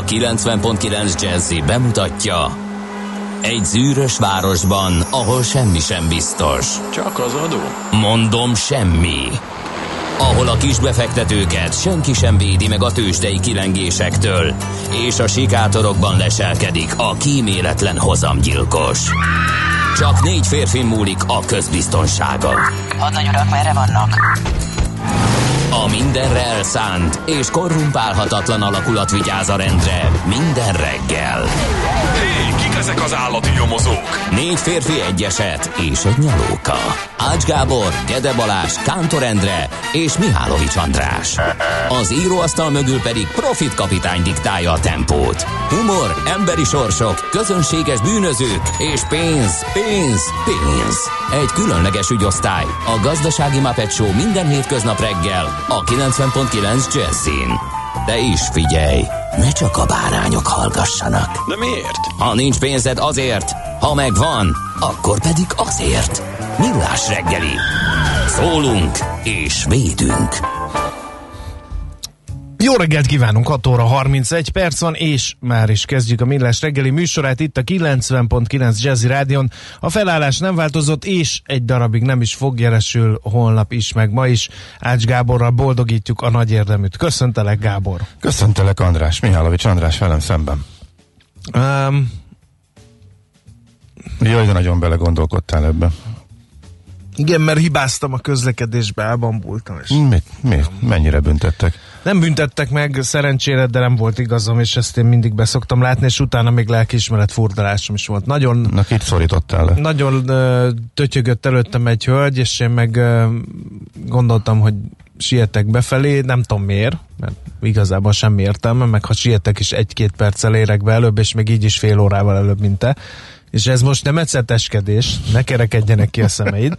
90.9 Jazzy bemutatja: egy zűrös városban, ahol semmi sem biztos. Csak az adó? Mondom, semmi. Ahol a kisbefektetőket senki sem védi meg a tőzsdei kilengésektől, és a sikátorokban leselkedik a kíméletlen hozamgyilkos. Csak 4 férfin múlik a közbiztonsága. Hadnagy urak, merre vannak? A mindenre elszánt és korrumpálhatatlan alakulat vigyáz a rendre minden reggel. Hé, kik ezek az állati nyomozók? 4 férfi, egy eset és egy nyalóka. Ács Gábor, Gede Balázs, Kántor Endre és Mihálovics András. Az íróasztal mögül pedig Profit kapitány diktálja a tempót. Humor, emberi sorsok, közönséges bűnözők és pénz, pénz, pénz. Egy különleges ügyosztály, a Gazdasági Muppet Show minden hétköznap reggel a 90.9 Jazzyn. De is figyelj, ne csak a bárányok hallgassanak. De miért? Ha nincs pénzed, azért, ha megvan, akkor pedig azért. Millás reggeli. Szólunk és védünk. Jó reggelt kívánunk, 6 óra 31 perc van, és már is kezdjük a Millás reggeli műsorát itt a 90.9 Jazzy Rádion. A felállás nem változott, és egy darabig nem is fog, jelesül holnap is, meg ma is. Ács Gáborral boldogítjuk a nagy érdeműt. Köszöntelek, Gábor! Köszöntelek, András. Mihálovics András velem szemben. Jaj, de nagyon belegondolkodtál ebbe. Igen, mert hibáztam a közlekedésbe, elbambultam. És Mit? Mennyire büntettek? nem büntettek meg, szerencsére, de nem volt igazam, és ezt én mindig beszoktam látni, és utána még lelkiismeret furdalásom is volt. Nagyon, Na, kit szorítottál le? nagyon tötyögött előttem egy hölgy, és én meg gondoltam, hogy sietek befelé, nem tudom miért, mert igazából semmi értelme, meg ha sietek is 1-2 perccel érek be előbb, és még így is fél órával előbb, mint te. És ez most nem eceteskedés, ne kerekedjenek ki a szemeid.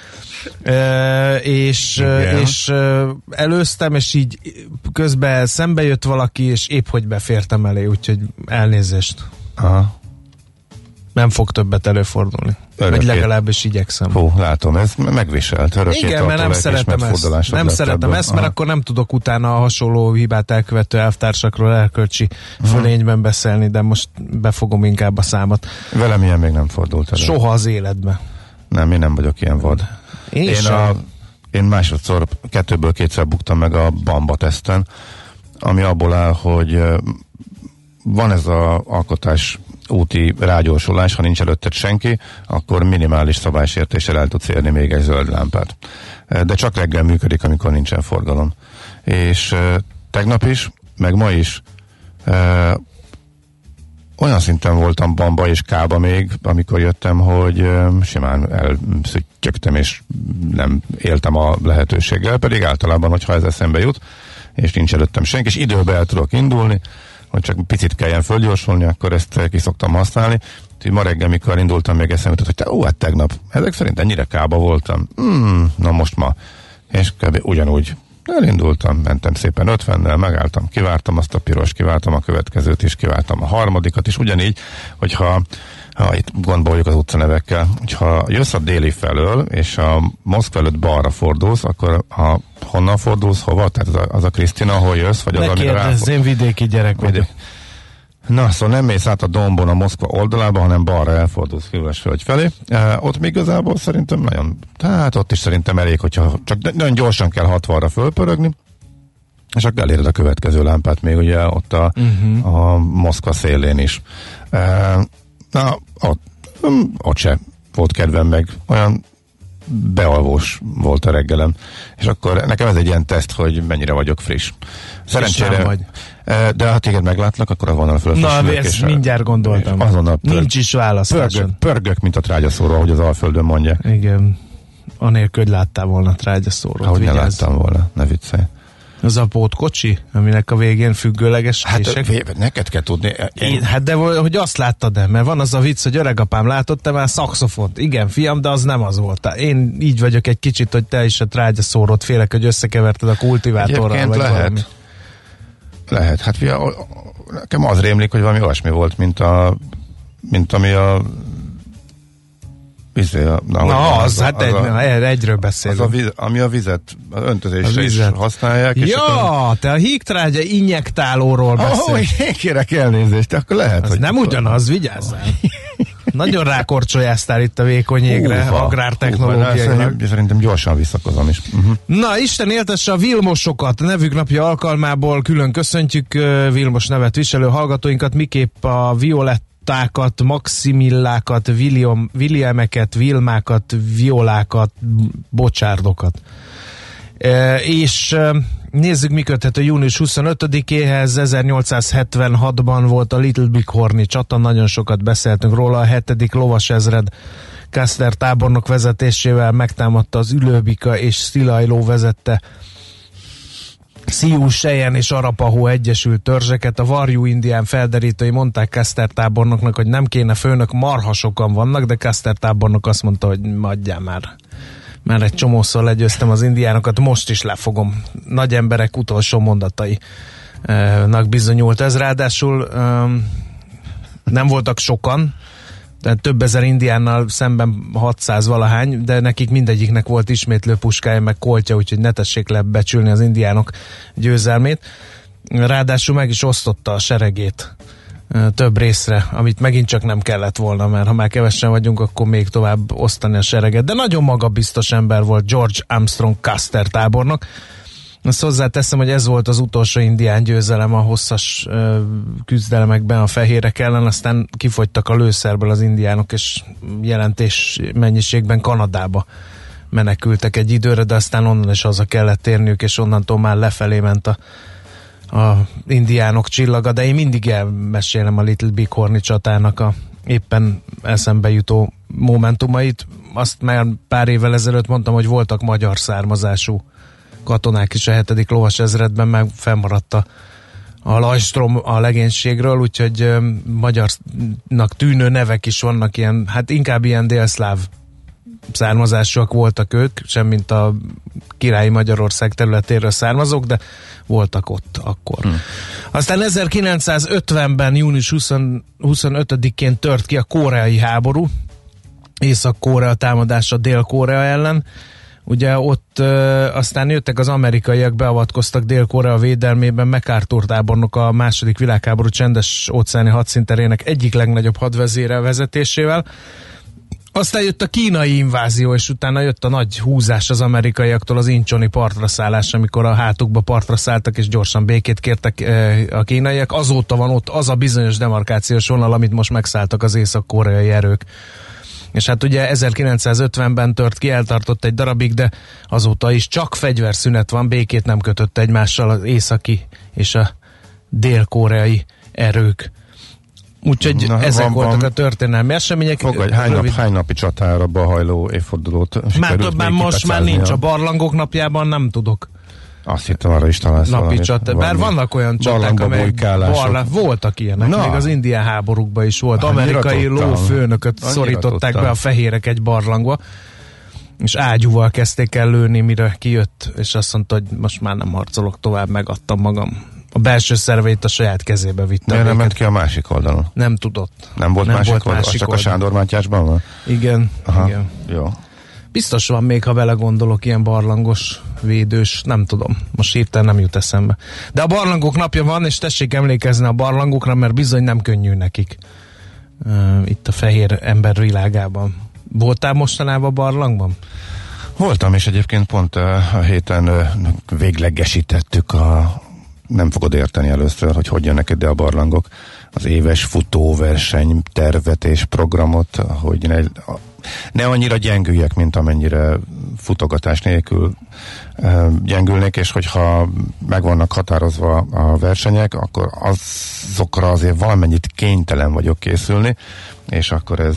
És előztem, és így közben szembe jött valaki, és épp hogy befértem elé, úgyhogy elnézést. Aha. Nem fog többet előfordulni. Vagy legalábbis igyekszem. Hú, látom, ez megviselt. Igen, mert nem szeretem ezt. Nem szeretem ezt, mert akkor nem tudok utána a hasonló hibát elkövető elvtársakról erkölcsi fölényben beszélni, de most befogom inkább a számat. Velem ilyen még nem fordult elő. Soha az életben. Nem, én nem vagyok ilyen vad. Én másodszor 2-ből 2-szer buktam meg a Bamba teszten, ami abból áll, hogy van ez az alkotás úti rágyorsulás, ha nincs előtted senki, akkor minimális szabálysértéssel el tudsz érni még egy zöld lámpát. De csak reggel működik, amikor nincsen forgalom. És tegnap is, meg ma is olyan szinten voltam Bamba és Kába még, amikor jöttem, hogy simán elszüttyögtem, és nem éltem a lehetőséggel, pedig általában, hogyha ez eszembe jut, és nincs előttem senki, és időben el tudok indulni, hogy csak picit kelljen fölgyorsulni, akkor ezt ki szoktam használni. Úgyhogy ma reggel, mikor indultam, még eszembe jutott, hogy hát tegnap, ezek szerint ennyire Kába voltam. Na most ma. És kb. Ugyanúgy elindultam, mentem szépen 50-nel, megálltam, kivártam azt a piros, kivártam a következőt is, kivártam a harmadikat is, ugyanígy, hogyha itt gondoljuk az utcanevekkel, hogyha jössz a déli felől, és a Moszkva előtt balra fordulsz, akkor honnan fordulsz, hova? Tehát az a Krisztina, ahol jössz, vagy az, amire ráfordulsz? Én vidéki gyerek vagyok. Na, szóval nem mész át a Dombon a Moszkva oldalába, hanem balra elfordulsz Filmesföld felé. Ott még igazából szerintem nagyon, tehát ott is szerintem elég, hogyha csak nagyon gyorsan kell 60-ra fölpörögni, és akkor eléred a következő lámpát még ugye ott a Moszkva szélén is. Na, ott se volt kedvem, meg olyan bealvós volt a reggelem. És akkor nekem ez egy ilyen teszt, hogy mennyire vagyok friss. Szerencsére, vagy. De ha téged meglátlak, akkor a vonal föl. Na, ezt mindjárt gondoltam. Nincs is választáson. Pörgök, mint a trágyaszóró, ahogy az Alföldön mondják. Igen. Anélkül, hogy láttál volna trágyaszórót. Ahogy ne láttam volna, ne viccelj. Az a pótkocsi, aminek a végén függőleges kések. Neked kell tudni. Hát de hogy azt láttad, mert van az a vicc, hogy öregapám látott, te már szaxofont. Igen, fiam, de az nem az volt. Én így vagyok egy kicsit, hogy te is a trágyaszórót félek, hogy összekeverted a kultivátorral. Egyébként vagy lehet. Valami. Lehet. Hát nekem az rémlik, hogy valami olyasmi volt, mint ami a egyről beszélünk. Ami a vizet, az öntözésre is használják. Ja, te a hígtrágya injektálóról beszélsz. Én kérek elnézést, akkor lehet, az hogy... nem ugyanaz, vigyázzál. Nagyon rákorcsolyáztál itt a vékony égre, agrártechnológiailag. Szerintem gyorsan visszakozom is. Na, Isten éltesse a Vilmosokat, nevük napja alkalmából külön köszöntjük Vilmos nevet viselő hallgatóinkat, miképp a Violettákat, Maximillákat, Williameket, Vilmákat, Violákat, Bocsárdokat. És nézzük, mi köthető június 25-éhez. 1876-ban volt a Little Big Horni csata, nagyon sokat beszéltünk róla. A 7. lovasezred Custer tábornok vezetésével megtámadta az Ülőbika és Szilajló vezette Sioux, Cheyenne és Arapaho egyesült törzseket. A varjú indián felderítői mondták Custer tábornoknak, hogy nem kéne főnök, marha sokan vannak, de Custer tábornok azt mondta, hogy adjál már egy csomószor legyőztem az indiánokat, most is lefogom. Nagy emberek utolsó mondatainak bizonyult ez, ráadásul nem voltak sokan, de több ezer indiánnal szemben 600 valahány, de nekik mindegyiknek volt ismétlő puskája, meg koltja, úgyhogy ne tessék lebecsülni az indiánok győzelmét. Ráadásul meg is osztotta a seregét több részre, amit megint csak nem kellett volna, mert ha már kevesen vagyunk, akkor még tovább osztani a sereget. De nagyon magabiztos ember volt George Armstrong Custer tábornok. Azt hozzáteszem, hogy ez volt az utolsó indián győzelem a hosszas küzdelemekben a fehérek ellen, aztán kifogytak a lőszerből az indiánok, és jelentés mennyiségben Kanadába menekültek egy időre, de aztán onnan is haza kellett térniük, és onnantól már lefelé ment a indiánok csillaga, de én mindig elmesélem a Little Big Horni csatának a éppen eszembe jutó momentumait. Azt már pár évvel ezelőtt mondtam, hogy voltak magyar származású katonák is a 7. lovasezredben, meg fennmaradt a lajstrom a legénységről, úgyhogy magyarnak tűnő nevek is vannak, ilyen, hát inkább ilyen délszláv származásúak voltak ők, semmint a királyi Magyarország területéről származók, de voltak ott akkor. Aztán 1950-ben június 25-én tört ki a koreai háború, Észak-Korea támadása Dél-Korea ellen. Ugye ott aztán jöttek az amerikaiak, beavatkoztak Dél-Korea védelmében, MacArthur tábornok a II. Világháború csendes óceáni hadszínterének egyik legnagyobb hadvezére vezetésével. Aztán jött a kínai invázió, és utána jött a nagy húzás az amerikaiaktól, az inchoni partra szállás, amikor a hátukba partra szálltak, és gyorsan békét kértek a kínaiak. Azóta van ott az a bizonyos demarkációs vonal, amit most megszálltak az észak-koreai erők. És hát ugye 1950-ben tört ki, eltartott egy darabig, de azóta is csak fegyverszünet van, békét nem kötött egymással az északi és a dél-koreai erők. Úgyhogy ezek voltak a történelmi események. Hány napi csatára behajló évfordulót sikerült már most már nincs a barlangok napjában, nem tudok. Azt hittem, arra is találsz napi csata. Bár vannak olyan csaták, amelyek voltak ilyenek. Még az indián háborúkban is volt. Amerikai lófőnököt szorították be a fehérek egy barlangba, és ágyúval kezdték el lőni, mire kijött, és azt mondta, hogy most már nem harcolok tovább, megadtam magam. A belső szerveit a saját kezébe vitte. De nem ment ki a másik oldalon? Nem tudott. Nem volt másik oldalon? Csak oldal. A Sándor Mátyásban van? Igen. Igen. Jó. Biztos van még, ha vele gondolok, ilyen barlangos, védős, nem tudom. Most hirtelen nem jut eszembe. De a barlangok napja van, és tessék emlékezni a barlangokra, mert bizony nem könnyű nekik. Itt a fehér ember világában. Voltál mostanában barlangban? Voltam, és egyébként pont a héten véglegesítettük nem fogod érteni először, hogy jönnek ide a barlangok, az éves futóverseny tervet és programot, hogy ne annyira gyengüljek, mint amennyire futogatás nélkül gyengülnék, és hogyha meg vannak határozva a versenyek, akkor azokra azért valamennyit kénytelen vagyok készülni, és akkor ez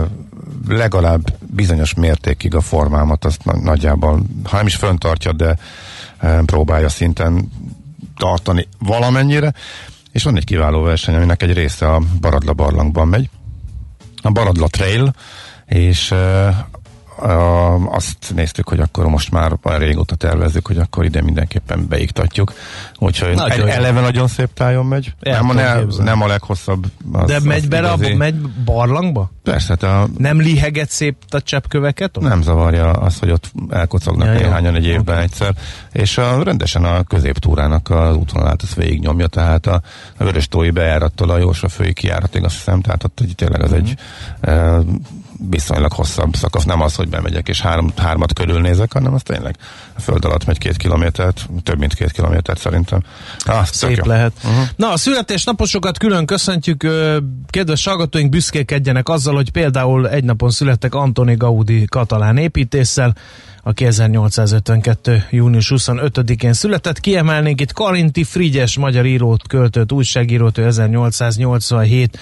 legalább bizonyos mértékig a formámat azt nagyjából, ha nem is föntartja, de próbálja szinten tartani valamennyire, és van egy kiváló verseny, aminek egy része a Baradla barlangban megy, a Baradla Trail, és azt néztük, hogy akkor most már régóta tervezzük, hogy akkor ide mindenképpen beiktatjuk. Úgyhogy eleve nagyon szép tájon megy. Nem a leghosszabb. De megy bele, megy barlangba? Persze. Nem liheget szép a cseppköveket? Nem zavarja az, hogy ott elkocognak néhányan egy évben egyszer. És rendesen a középtúrának az útvonalát azt végignyomja, tehát a Vöröstói bejárattól a Jósfafői kijáratig, azt hiszem, tehát ott tényleg az egy viszonylag hosszabb szakasz. Nem az, hogy bemegyek és hármat körülnézek, hanem az tényleg a föld alatt megy 2 kilométert, több mint 2 kilométert szerintem. Szép lehet. Na, a születésnaposokat külön köszöntjük. Kedves hallgatóink, büszkékedjenek azzal, hogy például egy napon születtek Antoni Gaudi katalán építésszel, aki 1852. június 25-én született. Kiemelnénk itt Karinti Frigyes, magyar írót, költőt, újságírót, 1887.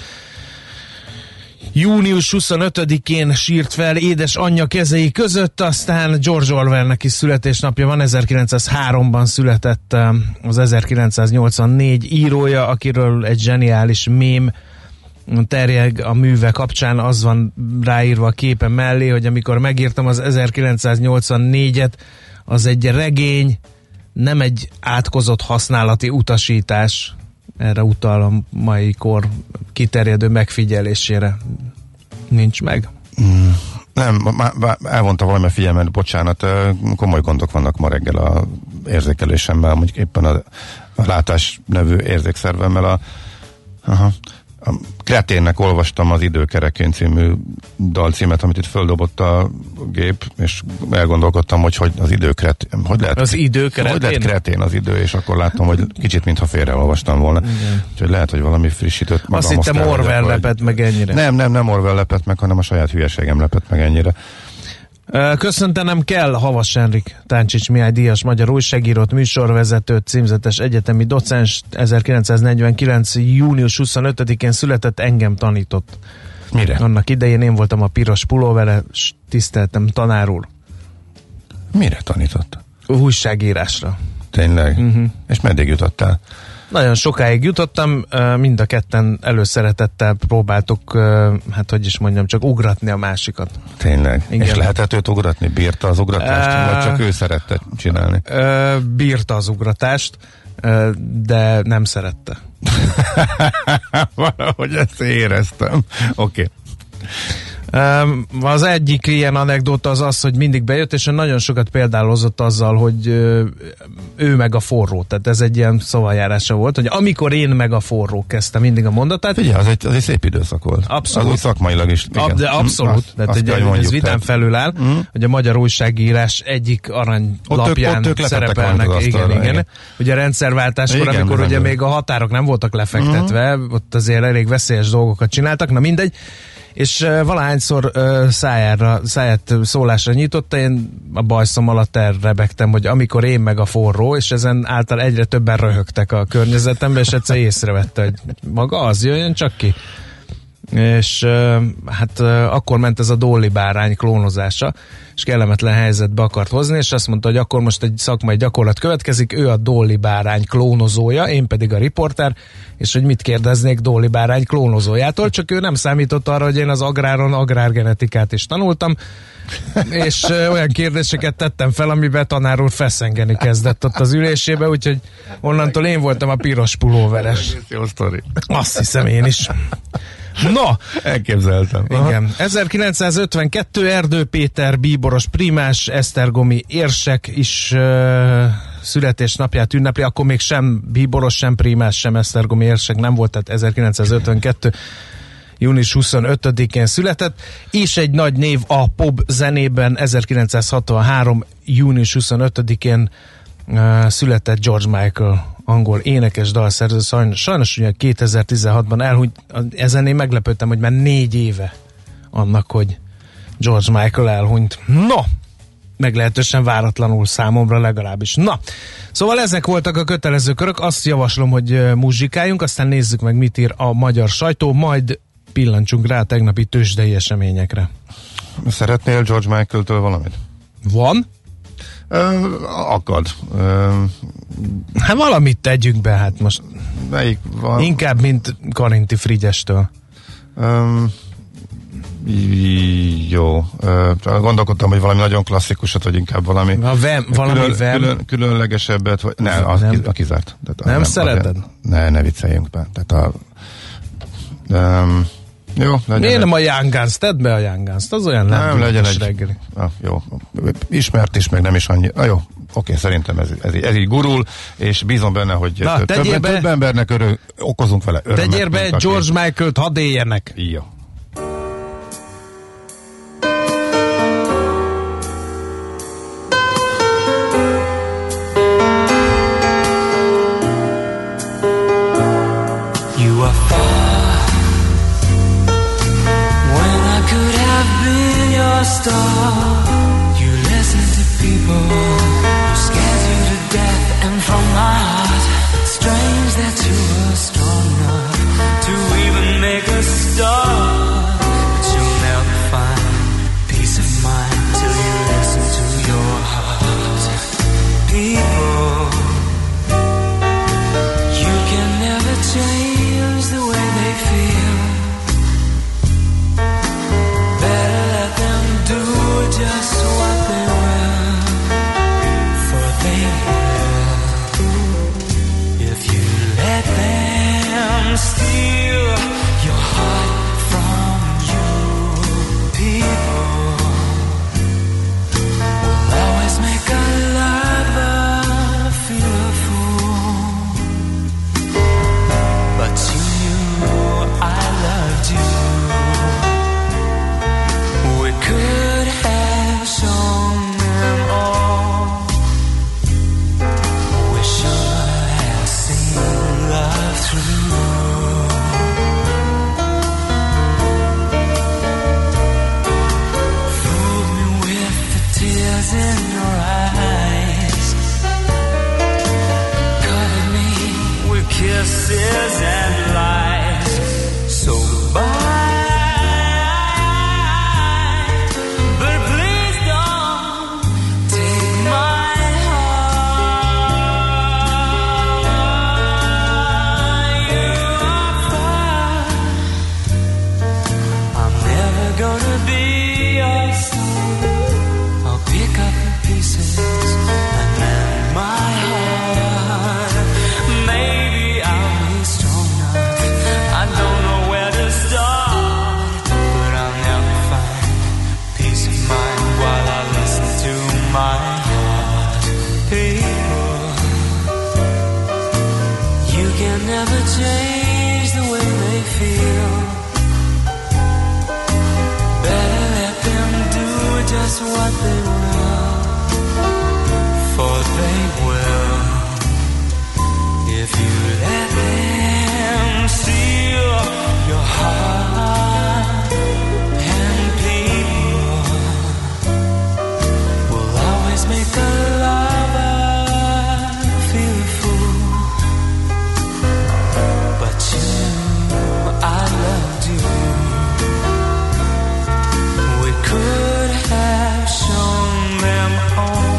június 25-én sírt fel édesanyja kezei között, aztán George Orwellnek is születésnapja van, 1903-ban született az 1984 írója, akiről egy zseniális mém terjed a műve kapcsán, az van ráírva a képen mellé, hogy amikor megírtam az 1984-et, az egy regény, nem egy átkozott használati utasítás. Erre utal a mai kor kiterjedő megfigyelésére. Nincs meg? Nem, elvonta valami a figyelmet, bocsánat, komoly gondok vannak ma reggel a érzékelésemmel, mondjuk éppen a látás nevű érzékszervemmel a Kreténnek olvastam az Időkerekén című dalcímet, amit itt földobott a gép, és elgondolkodtam, hogy az időkretén. Hogy lehet kretén az idő, és akkor láttam, hogy kicsit mintha félreolvastam volna. Igen. Úgyhogy lehet, hogy valami frissítőt magam. Azt hittem Orwell lepett meg ennyire. Nem Orwell lepett meg, hanem a saját hülyeségem lepett meg ennyire. Köszöntenem kell Havas Henrik, Táncsics Mihály díjas magyar újságírót, műsorvezetőt, címzetes egyetemi docens, 1949. június 25-én született, engem tanított. Mire? Annak idején én voltam a piros pulóvere, és tiszteltem, tanár úr. Mire tanított? Újságírásra. Tényleg? És meddig jutottál? Nagyon sokáig jutottam, mind a ketten előszeretettel próbáltuk, hát hogy is mondjam, csak ugratni a másikat. Tényleg? Igen. És lehetett őt ugratni? Bírta az ugratást? Vagy csak ő szerette csinálni? Bírta az ugratást, de nem szerette. Valahogy ezt éreztem. Oké. Az egyik ilyen anekdóta az, hogy mindig bejött, és nagyon sokat példálozott azzal, hogy ő meg a forró. Tehát ez egy ilyen szavajárása volt, hogy amikor én meg a forró kezdtem mindig a mondatát. Ugye, az egy szép időszak volt. Abszolút. Az szakmailag is. De abszolút. Tehát ez vidám felül áll, hogy a magyar újságírás egyik aranylapján szerepelnek. Igen. Ugye a rendszerváltáskor, amikor ugye még a határok nem voltak lefektetve, ott azért elég veszélyes dolgokat csináltak, na mindegy. És valahányszor száját szólásra nyitotta, én a bajszom alatt elrebegtem, hogy amikor én meg a forró, és ezen által egyre többen röhögtek a környezetemben, és egyszer észrevette, hogy maga az jöjjön csak ki. És hát akkor ment ez a Dolly bárány klónozása, és kellemetlen helyzetbe akart hozni, és azt mondta, hogy akkor most egy szakmai gyakorlat következik, ő a Dolly bárány klónozója, én pedig a riporter, és hogy mit kérdeznék Dolly bárány klónozójától, csak ő nem számított arra, hogy én az agráron agrárgenetikát is tanultam, és olyan kérdéseket tettem fel, amiben tanár úr feszengeni kezdett ott az ülésébe, úgyhogy onnantól én voltam a piros pulóveres. Jó sztori. Azt hiszem én is. No, elképzeltem. Igen. 1952 Erdő Péter bíboros primás, esztergomi érsek is születésnapját ünnepli, akkor még sem bíboros, sem primás, sem esztergomi érsek nem volt, tehát 1952 június 25-én született, és egy nagy név a pop zenében 1963. június 25-én született George Michael, angol énekes, dalszerző, sajnos ugye 2016-ban elhunyt, ezen én meglepődtem, hogy már 4 éve annak, hogy George Michael elhunyt. No, meglehetősen váratlanul számomra legalábbis. Na, szóval ezek voltak a kötelező körök, azt javaslom, hogy muzsikáljunk, aztán nézzük meg, mit ír a magyar sajtó, majd pillancsunk rá a tegnapi tőzsdei eseményekre. Szeretnél George Michael-től valamit? Van? Akad. Hát valamit tegyünk be, hát most. Melyik van? Inkább, mint Karinti Frigyestől. Jó. Gondolkodtam, hogy valami nagyon klasszikusat, vagy inkább valami különlegesebbet, vagy a kizárt. Nem szereted? Ne vicceljünk be. Tehát jó, miért nem a Young Guns? Tedd be a Young Guns-t, az olyan nem legyen egy reggeli. Jó, ismert is, meg nem is annyi. Jó, oké, szerintem ez így gurul, és bízom benne, hogy több embernek okozunk vele örömet. Tegyél be George Michael-t, hadd éljenek. Jó. You listen to people who scares you to death, and from my heart, strange that you were strong enough to even make a start. But you'll never find peace of mind till you listen to your heart. People, you can never change the way they feel. Just what they will, for they will. If you let them steal your heart from you, people will always make a lover feel a fool. But you knew I loved you. We could have shown them all. We should have seen love through. Fooled me with the tears in your eyes, covered me with kisses and lies. So goodbye. Change the way they feel. Better let them do just what they will, for they will. If you let them steal your heart, and people will always make a lover feel a fool. I loved you. We could have shown them all.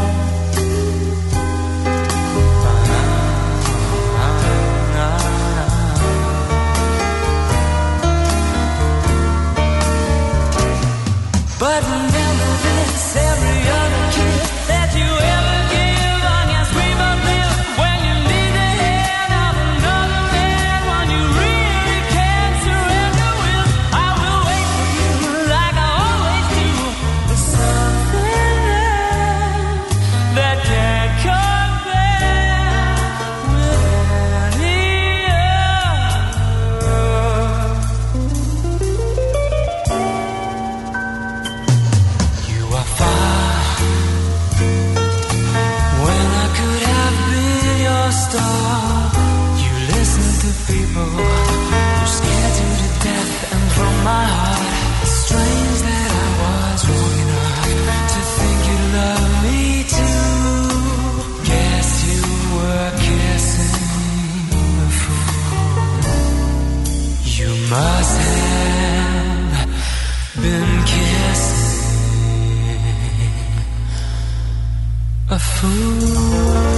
But remember this, every other kiss that you ever give, I guess we both live when you need the hand of another man, when you really can't surrender with. I will wait for you like I always do. There's something there that can't compare with any other. You are far when I could have been your star. You listen to people who scared you to death, and from my heart, it's strange that I was wrong enough to think you love me too. Guess you were kissing a fool. You must have been kissing a fool.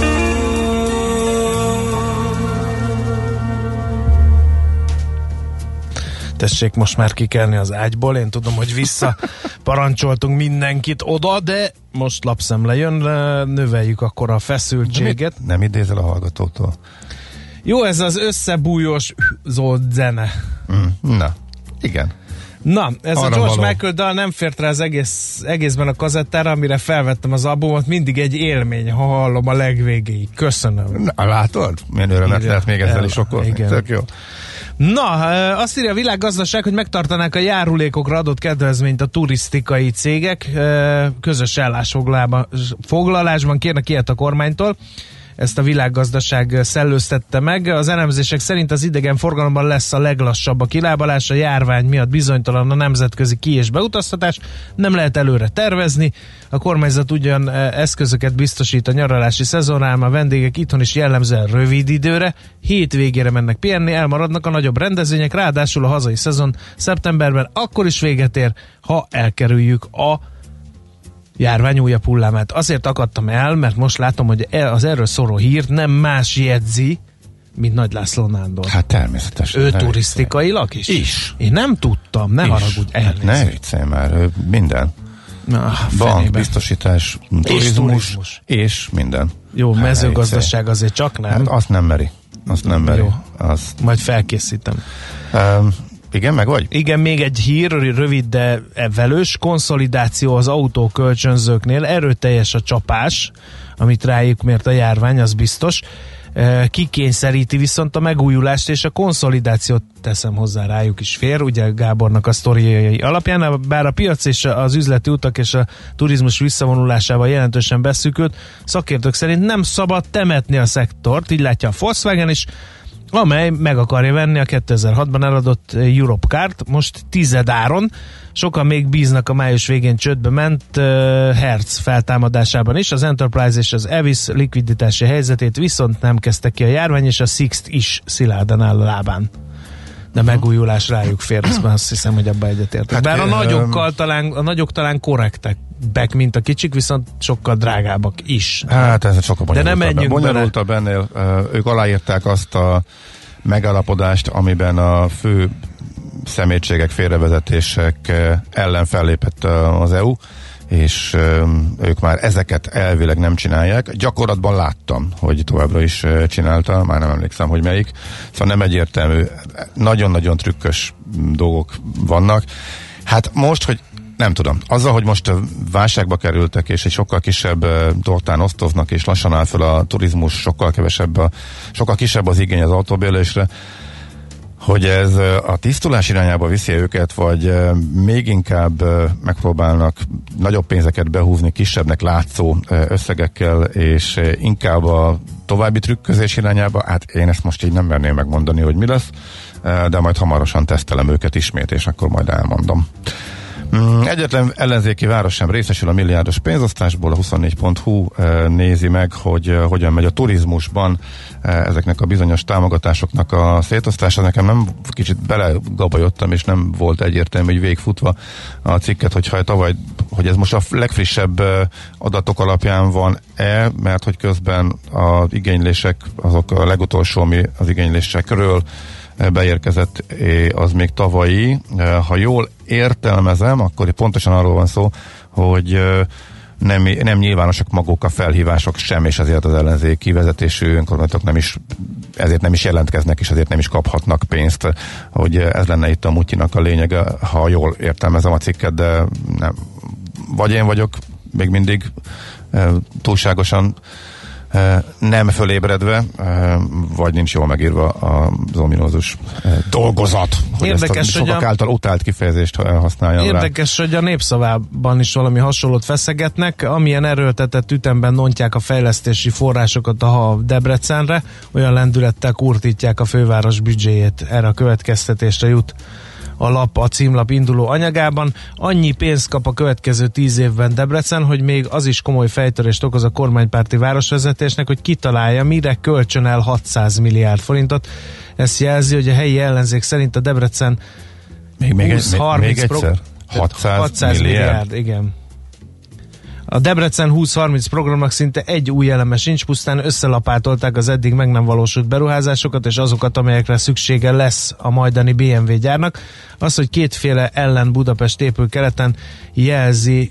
Tessék most már kikelni az ágyból, én tudom, hogy visszaparancsoltunk mindenkit oda, de most lapszemle jön, növeljük akkor a feszültséget. Nem idézel a hallgatótól? Jó, ez az összebújós zolt zene. Na, igen. Na, ez arra a George való. Michael dal nem fért rá az egészben a kazettára, amire felvettem az albumot, mindig egy élmény, ha hallom a legvégéig. Köszönöm. Na, látod? Milyen örömet Írja lehet még ezzel el, is okolni. igen. Tök jó. Na, azt írja a Világgazdaság, hogy megtartanák a járulékokra adott kedvezményt a turisztikai cégek. Közös állásfoglalásban kérnek ilyet a kormánytól. Ezt a Világgazdaság szellőztette meg. Az elemzések szerint az idegenforgalomban lesz a leglassabb a kilábalás, a járvány miatt bizonytalan a nemzetközi ki- és beutaztatás, nem lehet előre tervezni. A kormányzat ugyan eszközöket biztosít a nyaralási szezonra, ám a vendégek itthon is jellemzően rövid időre, hétvégére mennek pihenni, elmaradnak a nagyobb rendezvények, ráadásul a hazai szezon szeptemberben akkor is véget ér, ha elkerüljük a járvány újabb hullámát. Azért akadtam el, mert most látom, hogy az erről szóló hírt nem más jegyzi, mint Nagy László Nándor. Hát természetesen. Ő turisztikailag is? Is. Én nem tudtam, ne haragudj, elnézést. Ne viccelj már, ő minden. Bank, biztosítás, turizmus, és minden. Jó, Hát, mezőgazdaság azért csak nem. Hát azt nem meri. Azt nem meri. Jó. Azt. Majd felkészítem. Igen, meg vagy? Igen, még egy hír, rövid, de velős. Konszolidáció az autókölcsönzőknél. Erőteljes a csapás, amit rájuk mért a járvány, az biztos. Kikényszeríti viszont a megújulást, és a konszolidációt, teszem hozzá, rájuk is fér, ugye Gábornak a sztoriai alapján, bár a piac és az üzleti utak és a turizmus visszavonulásával jelentősen beszűkült, szakértők szerint nem szabad temetni a szektort, így látja a Volkswagen is, amely meg akarja venni a 2006-ban eladott Europcar-t, most 10 áron. Sokan még bíznak a május végén csődbe ment Hertz feltámadásában is. Az Enterprise és az Avis likviditási helyzetét viszont nem kezdte ki a járvány, és a Sixt is szilárdan áll a lábán. De megújulás rájuk fér, azt hiszem, hogy abba egyetértek. Hát, bár a nagyok talán korrektek, mint a kicsik, viszont sokkal drágábbak is. Hát ez sokkal de nem menjünk bonyolultabb ennél. Ők aláírták azt a megállapodást, amiben a fő szemétségek, félrevezetések ellen fellépett az EU, és ők már ezeket elvileg nem csinálják. Gyakorlatban láttam, hogy továbbra is csinálta, már nem emlékszem, hogy melyik. Szóval nem egyértelmű, nagyon-nagyon trükkös dolgok vannak. Hát most, hogy nem tudom, azzal, hogy most válságba kerültek, és egy sokkal kisebb tortán osztoznak, és lassan áll fel a turizmus, sokkal kisebb az igény az autóbérlésre, hogy ez a tisztulás irányába viszi őket, vagy még inkább megpróbálnak nagyobb pénzeket behúzni kisebbnek látszó összegekkel, és inkább a további trükközés irányába, hát én ezt most így nem merném megmondani, hogy mi lesz, de majd hamarosan tesztelem őket ismét, és akkor majd elmondom. Egyetlen ellenzéki város sem részesül a milliárdos pénzosztásból, a 24.hu nézi meg, hogy hogyan megy a turizmusban ezeknek a bizonyos támogatásoknak a szétosztása. Nekem nem kicsit belegabajodtam, és nem volt egyértelmű, hogy végigfutva a cikket, hogy ez most a legfrissebb adatok alapján van-e, mert hogy közben az igénylések, azok a legutolsó, ami az igénylésekről beérkezett, az még tavalyi. Ha jól értelmezem, akkor pontosan arról van szó, hogy nem nyilvánosak maguk a felhívások sem, és ezért az ellenzéki vezetésű önkormányzatok ezért nem is jelentkeznek, és ezért nem is kaphatnak pénzt, hogy ez lenne itt a mutyinak a lényege, ha jól értelmezem a cikket, de nem. Vagy én vagyok még mindig túlságosan nem fölébredve, vagy nincs jól megírva az ominózus dolgozat, hogy érdekes, ezt a sokak által utált kifejezést használjam rá. Érdekes, hogy a Népszavában is valami hasonlót feszegetnek, amilyen erőltetett ütemben nontják a fejlesztési forrásokat a Debrecenre, olyan lendülettel kurtítják a főváros büdzséjét. Erre a következtetésre jut a címlap induló anyagában. Annyi pénzt kap a következő 10 évben Debrecen, hogy még az is komoly fejtörést okoz a kormánypárti városvezetésnek, hogy kitalálja, mire kölcsön el 600 milliárd forintot. Ezt jelzi, hogy a helyi ellenzék szerint a Debrecen még egyszer? 600 milliárd, igen. A Debrecen 2030 programnak szinte egy új eleme sincs, pusztán összelapátolták az eddig meg nem valósult beruházásokat, és azokat, amelyekre szüksége lesz a majdani BMW gyárnak. Az, hogy kétféle ellen Budapest épül keleten jelzi,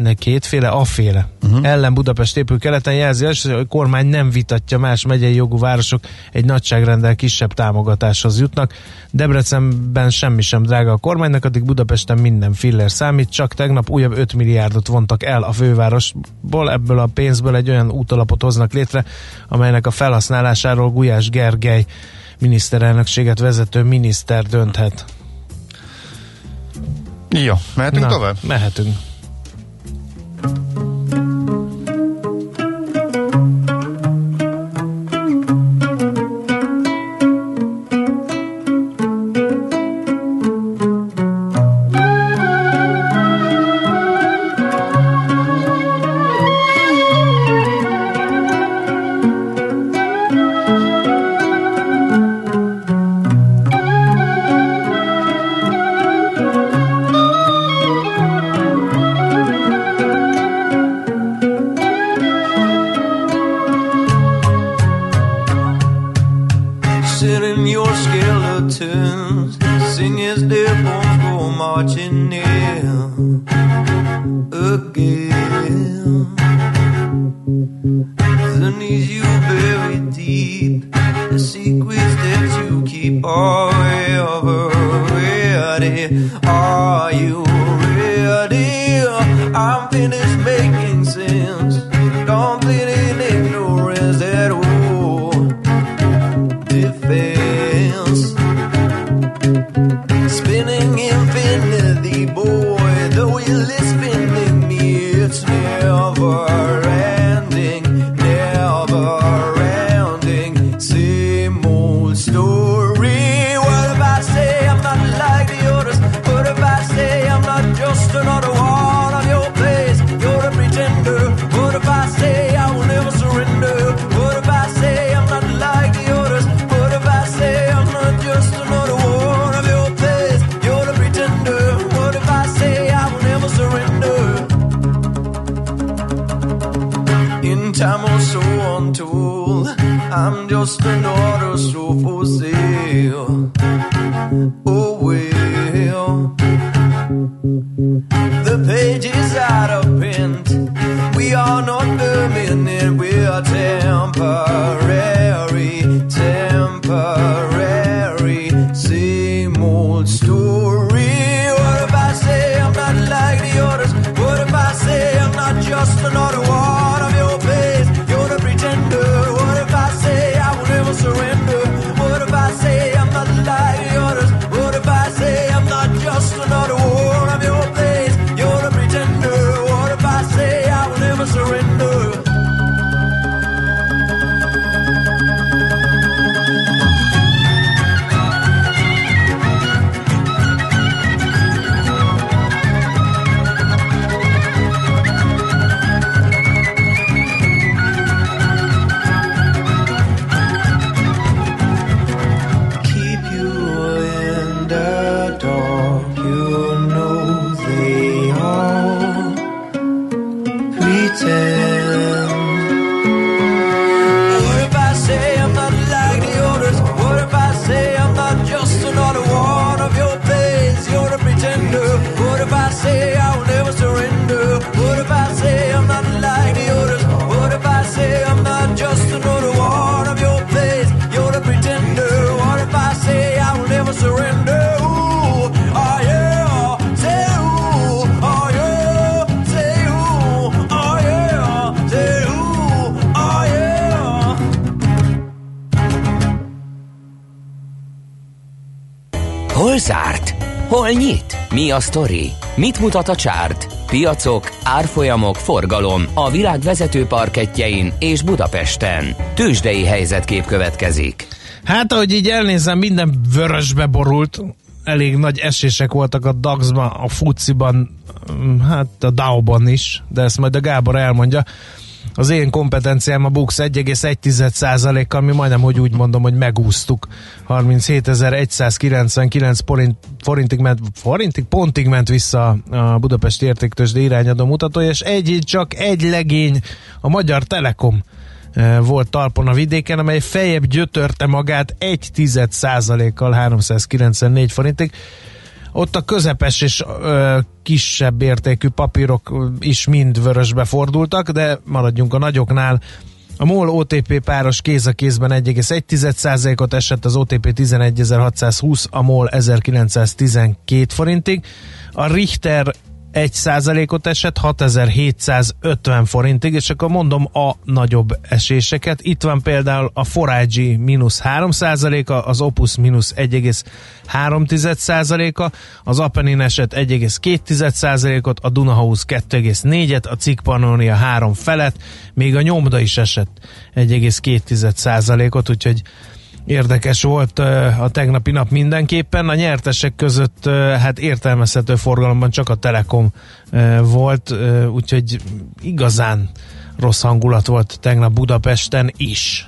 ellen Budapest épül keleten jelzi, hogy a kormány nem vitatja, más megyei jogú városok egy nagyságrendel kisebb támogatáshoz jutnak. Debrecenben semmi sem drága a kormánynak, addig Budapesten minden fillér számít, csak tegnap újabb 5 milliárdot vontak el a fővárosból, ebből a pénzből egy olyan útalapot hoznak létre, amelynek a felhasználásáról Gulyás Gergely miniszterelnökséget vezető miniszter dönthet. Jó, mehetünk tovább? Mehetünk. Hol zárt? Hol nyit? Mi a sztori? Mit mutat a csárt? Piacok, árfolyamok, forgalom a világ vezető parkettjein és Budapesten. Tőzsdei helyzetkép következik. Hát, ahogy így elnézem, minden vörösbe borult. Elég nagy esések voltak a DAX-ban, a FTSE-ban, hát a Dow-ban is, de ezt majd a Gábor elmondja. Az én kompetenciám a Bux 1,1%-kal, mi majdnem, hogy úgy mondom, hogy megúsztuk. 37.199 pontig ment vissza a Budapesti Értéktőzsde irányadó mutatója, és csak egy legény, a Magyar Telekom volt talpon a vidéken, amely feljebb gyötörte magát 1,1%-kal 394 forintig. Ott a közepes és kisebb értékű papírok is mind vörösbe fordultak, de maradjunk a nagyoknál. A MOL OTP páros kéz a kézben 1,1%-ot esett, az OTP 11.620, a MOL 1912 forintig. A Richter 1%-ot esett, 6750 forintig, és akkor mondom a nagyobb eséseket. Itt van például a Forage mínusz 3%-a, az Opus mínusz 1,3%-a, az Apennin esett 1,2%-ot, a Dunahouse 2,4-et, a Cikk Pannonia 3 felett, még a Nyomda is esett 1,2%-ot, úgyhogy érdekes volt a tegnapi nap mindenképpen. A nyertesek között hát értelmezhető forgalomban csak a Telekom volt, úgyhogy igazán rossz hangulat volt tegnap Budapesten is.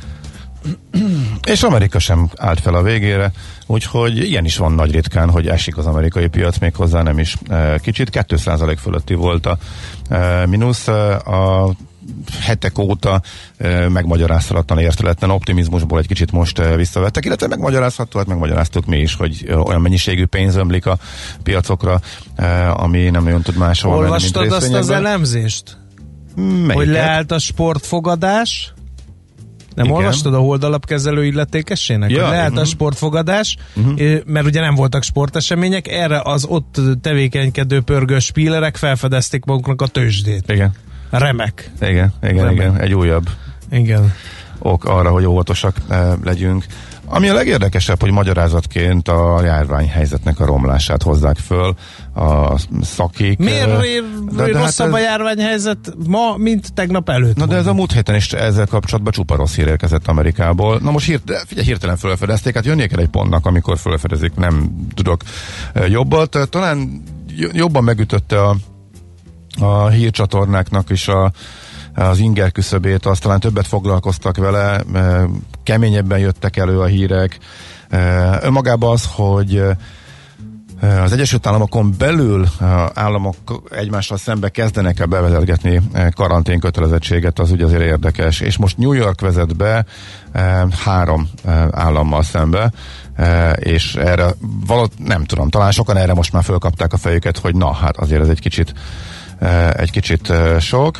És Amerika sem állt fel a végére, úgyhogy ilyen is van nagy ritkán, hogy esik az amerikai piac, még hozzá nem is kicsit. 2% fölötti volt a mínusz. A hetek óta megmagyarázhatatlan érteletlen optimizmusból egy kicsit most visszavettek, illetve megmagyaráztuk mi is, hogy olyan mennyiségű pénz ömlik a piacokra, ami nem nagyon tud máshol menni, mint részvényekben. Olvastad azt az elemzést? Melyiket? Hogy leállt a sportfogadás? Nem igen. Olvastad a holdalapkezelő illetékesének? Ja, leállt a sportfogadás, mert ugye nem voltak sportesemények, erre az ott tevékenykedő pörgős spílerek felfedezték maguknak a tőzsdét. Igen. Remek. Igen. Egy újabb ok arra, hogy óvatosak legyünk. Ami a legérdekesebb, hogy magyarázatként a járványhelyzetnek a romlását hozzák föl a szakik. Miért rosszabb a járványhelyzet ma, mint tegnap előtt? Na de ez a múlt héten is ezzel kapcsolatban csupa rossz hír érkezett Amerikából. Na most hirtelen fölfedezték, hát jönnie kell egy pontnak, amikor fölfedezik, nem tudok jobbat. Talán jobban megütötte a hírcsatornáknak is az inger küszöbét, azt talán többet foglalkoztak vele, keményebben jöttek elő a hírek. Önmagában az, hogy az Egyesült Államokon belül államok egymással szembe kezdenek el bevezetgetni karantén kötelezettséget, az ugye azért érdekes. És most New York vezet be 3 állammal szembe, és erre nem tudom, talán sokan erre most már fölkapták a fejüket, hogy na, hát azért ez egy kicsit sok.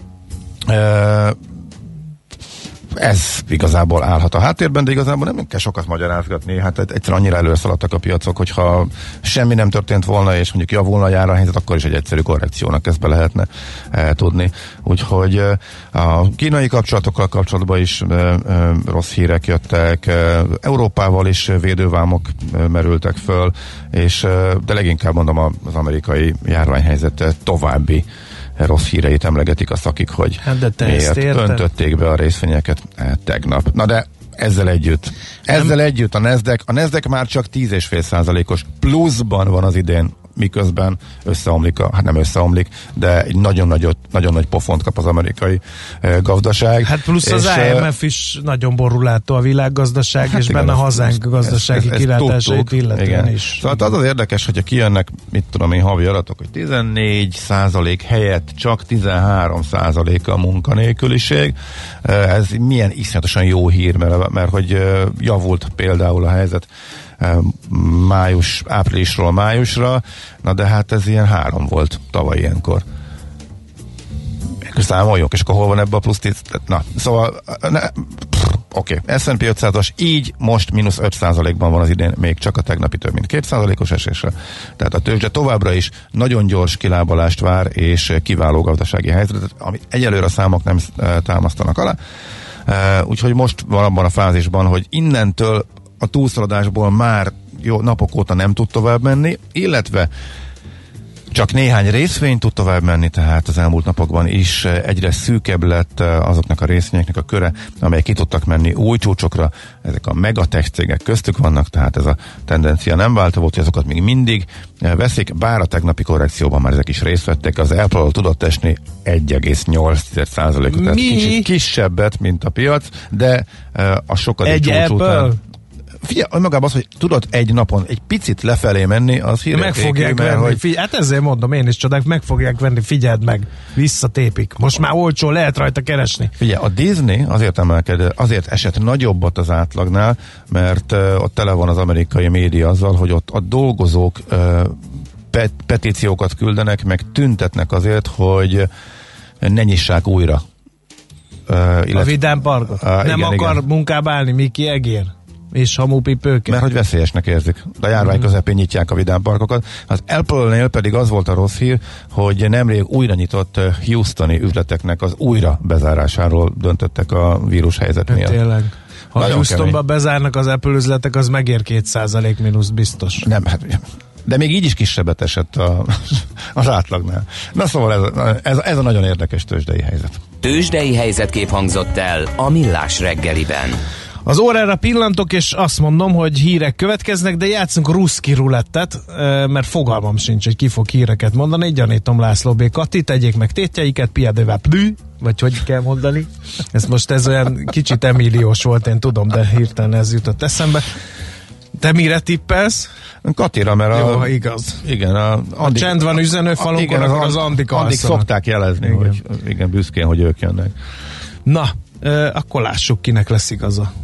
Ez igazából állhat a háttérben, de igazából nem kell sokat magyarázgatni, hát egyszerűen annyira előszaladtak a piacok, hogyha semmi nem történt volna, és mondjuk javulna a járványhelyzet, akkor is egy egyszerű korrekciónak ezt be lehetne tudni. Úgyhogy a kínai kapcsolatokkal kapcsolatban is rossz hírek jöttek, Európával is védővámok merültek föl, és de leginkább mondom az amerikai járványhelyzet további rossz híreit emlegetik a szakik, hogy miért öntötték be a részvényeket tegnap. Na de ezzel együtt a Nasdaq már csak 10,5%-os pluszban van az idén, miközben nem összeomlik, de egy nagyon nagy pofont kap az amerikai gazdaság. Hát plusz az IMF is nagyon borulátó a világgazdaság, és igen, benne a hazánk gazdasági kilátásait illetően is. Szóval az érdekes, hogyha kijönnek, mit tudom én, havi adatok, hogy 14% helyett csak 13% a munkanélküliség. Ez milyen iszonyatosan jó hír, mert hogy javult például a helyzet áprilisról májusra, na de hát ez ilyen 3 volt tavaly ilyenkor. Számoljunk, és akkor hol van ebben a plusz 10? Na, szóval oké. S&P 500-as így most mínusz 5%-ban van az idén, még csak a tegnapi több mint 2%-os esésre. Tehát a tőzsde továbbra is nagyon gyors kilábalást vár, és kiváló gazdasági helyzetet, amit egyelőre a számok nem támasztanak alá. Úgyhogy most van abban a fázisban, hogy innentől a túlszaladásból már napok óta nem tud tovább menni, illetve Csak néhány részvény tud tovább menni, tehát az elmúlt napokban is egyre szűkebb lett azoknak a részvényeknek a köre, amelyek ki tudtak menni új csúcsokra. Ezek a megatech cégek köztük vannak, tehát ez a tendencia nem változott, hogy azokat még mindig veszik, bár a tegnapi korrekcióban már ezek is részt vettek. Az Apple tudott esni 1,8%-ot, tehát kicsit kisebbet, mint a piac, de a sokadik csúcs után... Figyelj, önmagában az, hogy tudod egy napon egy picit lefelé menni, az hírek meg fogják venni, hogy... Hát ezért mondom, én is csodák, meg fogják venni, figyeld meg, visszatépik. Most már olcsó, lehet rajta keresni. Figyelj, a Disney azért esett nagyobbat az átlagnál, mert ott tele van az amerikai média azzal, hogy ott a dolgozók petíciókat küldenek, meg tüntetnek azért, hogy ne nyissák újra. A Vidám Parkot? Nem igen, akar igen. munkába állni Miki Egér? És hamupipőket. Mert hogy veszélyesnek érzik. De a járvány közepén nyitják a Vidám Parkokat. Az Apple-nél pedig az volt a rossz hír, hogy nemrég újra nyitott Houstoni üzleteknek az újra bezárásáról döntöttek a vírushelyzet miatt. Tényleg. Ha nagyon Houstonba kemény. bezárnak az Apple üzletek, az megér 2% mínusz biztos. Nem, hát, de még így is kisebbet esett az átlagnál. Na szóval ez a nagyon érdekes tőzsdei helyzet. Tőzsdei helyzetkép hangzott el a Millás reggeliben. Az órára pillantok, és azt mondom, hogy hírek következnek, de játszunk ruszki rulettet, mert fogalmam sincs, hogy ki fog híreket mondani. Gyanítom László B. Kati, tegyék meg tétjeiket, piadévá plü, vagy hogy kell mondani. Ez olyan kicsit emíliós volt, én tudom, de hirtelen ez jutott eszembe. Te mire tippelsz? Katira, mert jó, igaz. Igen, a csend van üzenőfalunkon, akkor az Andik Andik szokták jelezni, igen. Hogy igen, büszkén, hogy ők jönnek. Na, akkor lássuk, kinek lesz igaza.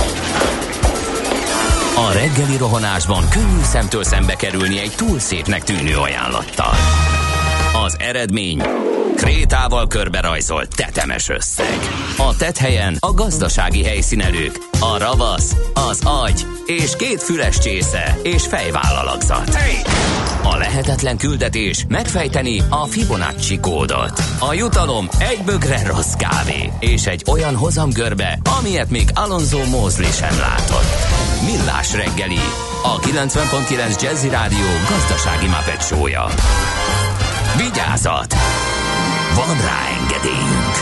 A reggeli rohanásban könnyű szemtől szembe kerülni egy túl szépnek tűnő ajánlattal. Az eredmény krétával körberajzolt tetemes összeg. A tetthelyen a gazdasági helyszínelők, a ravasz, az agy és 2 füles csésze és fejvállalakzat. A lehetetlen küldetés megfejteni a Fibonacci kódot. A jutalom egy bögre rossz kávé és egy olyan hozamgörbe, amilyet még Alonso Mosley sem látott. Millás reggeli, a 90.9 Jazzy Rádió gazdasági Muppet show-ja. Vigyázat! Van rá engedélyünk!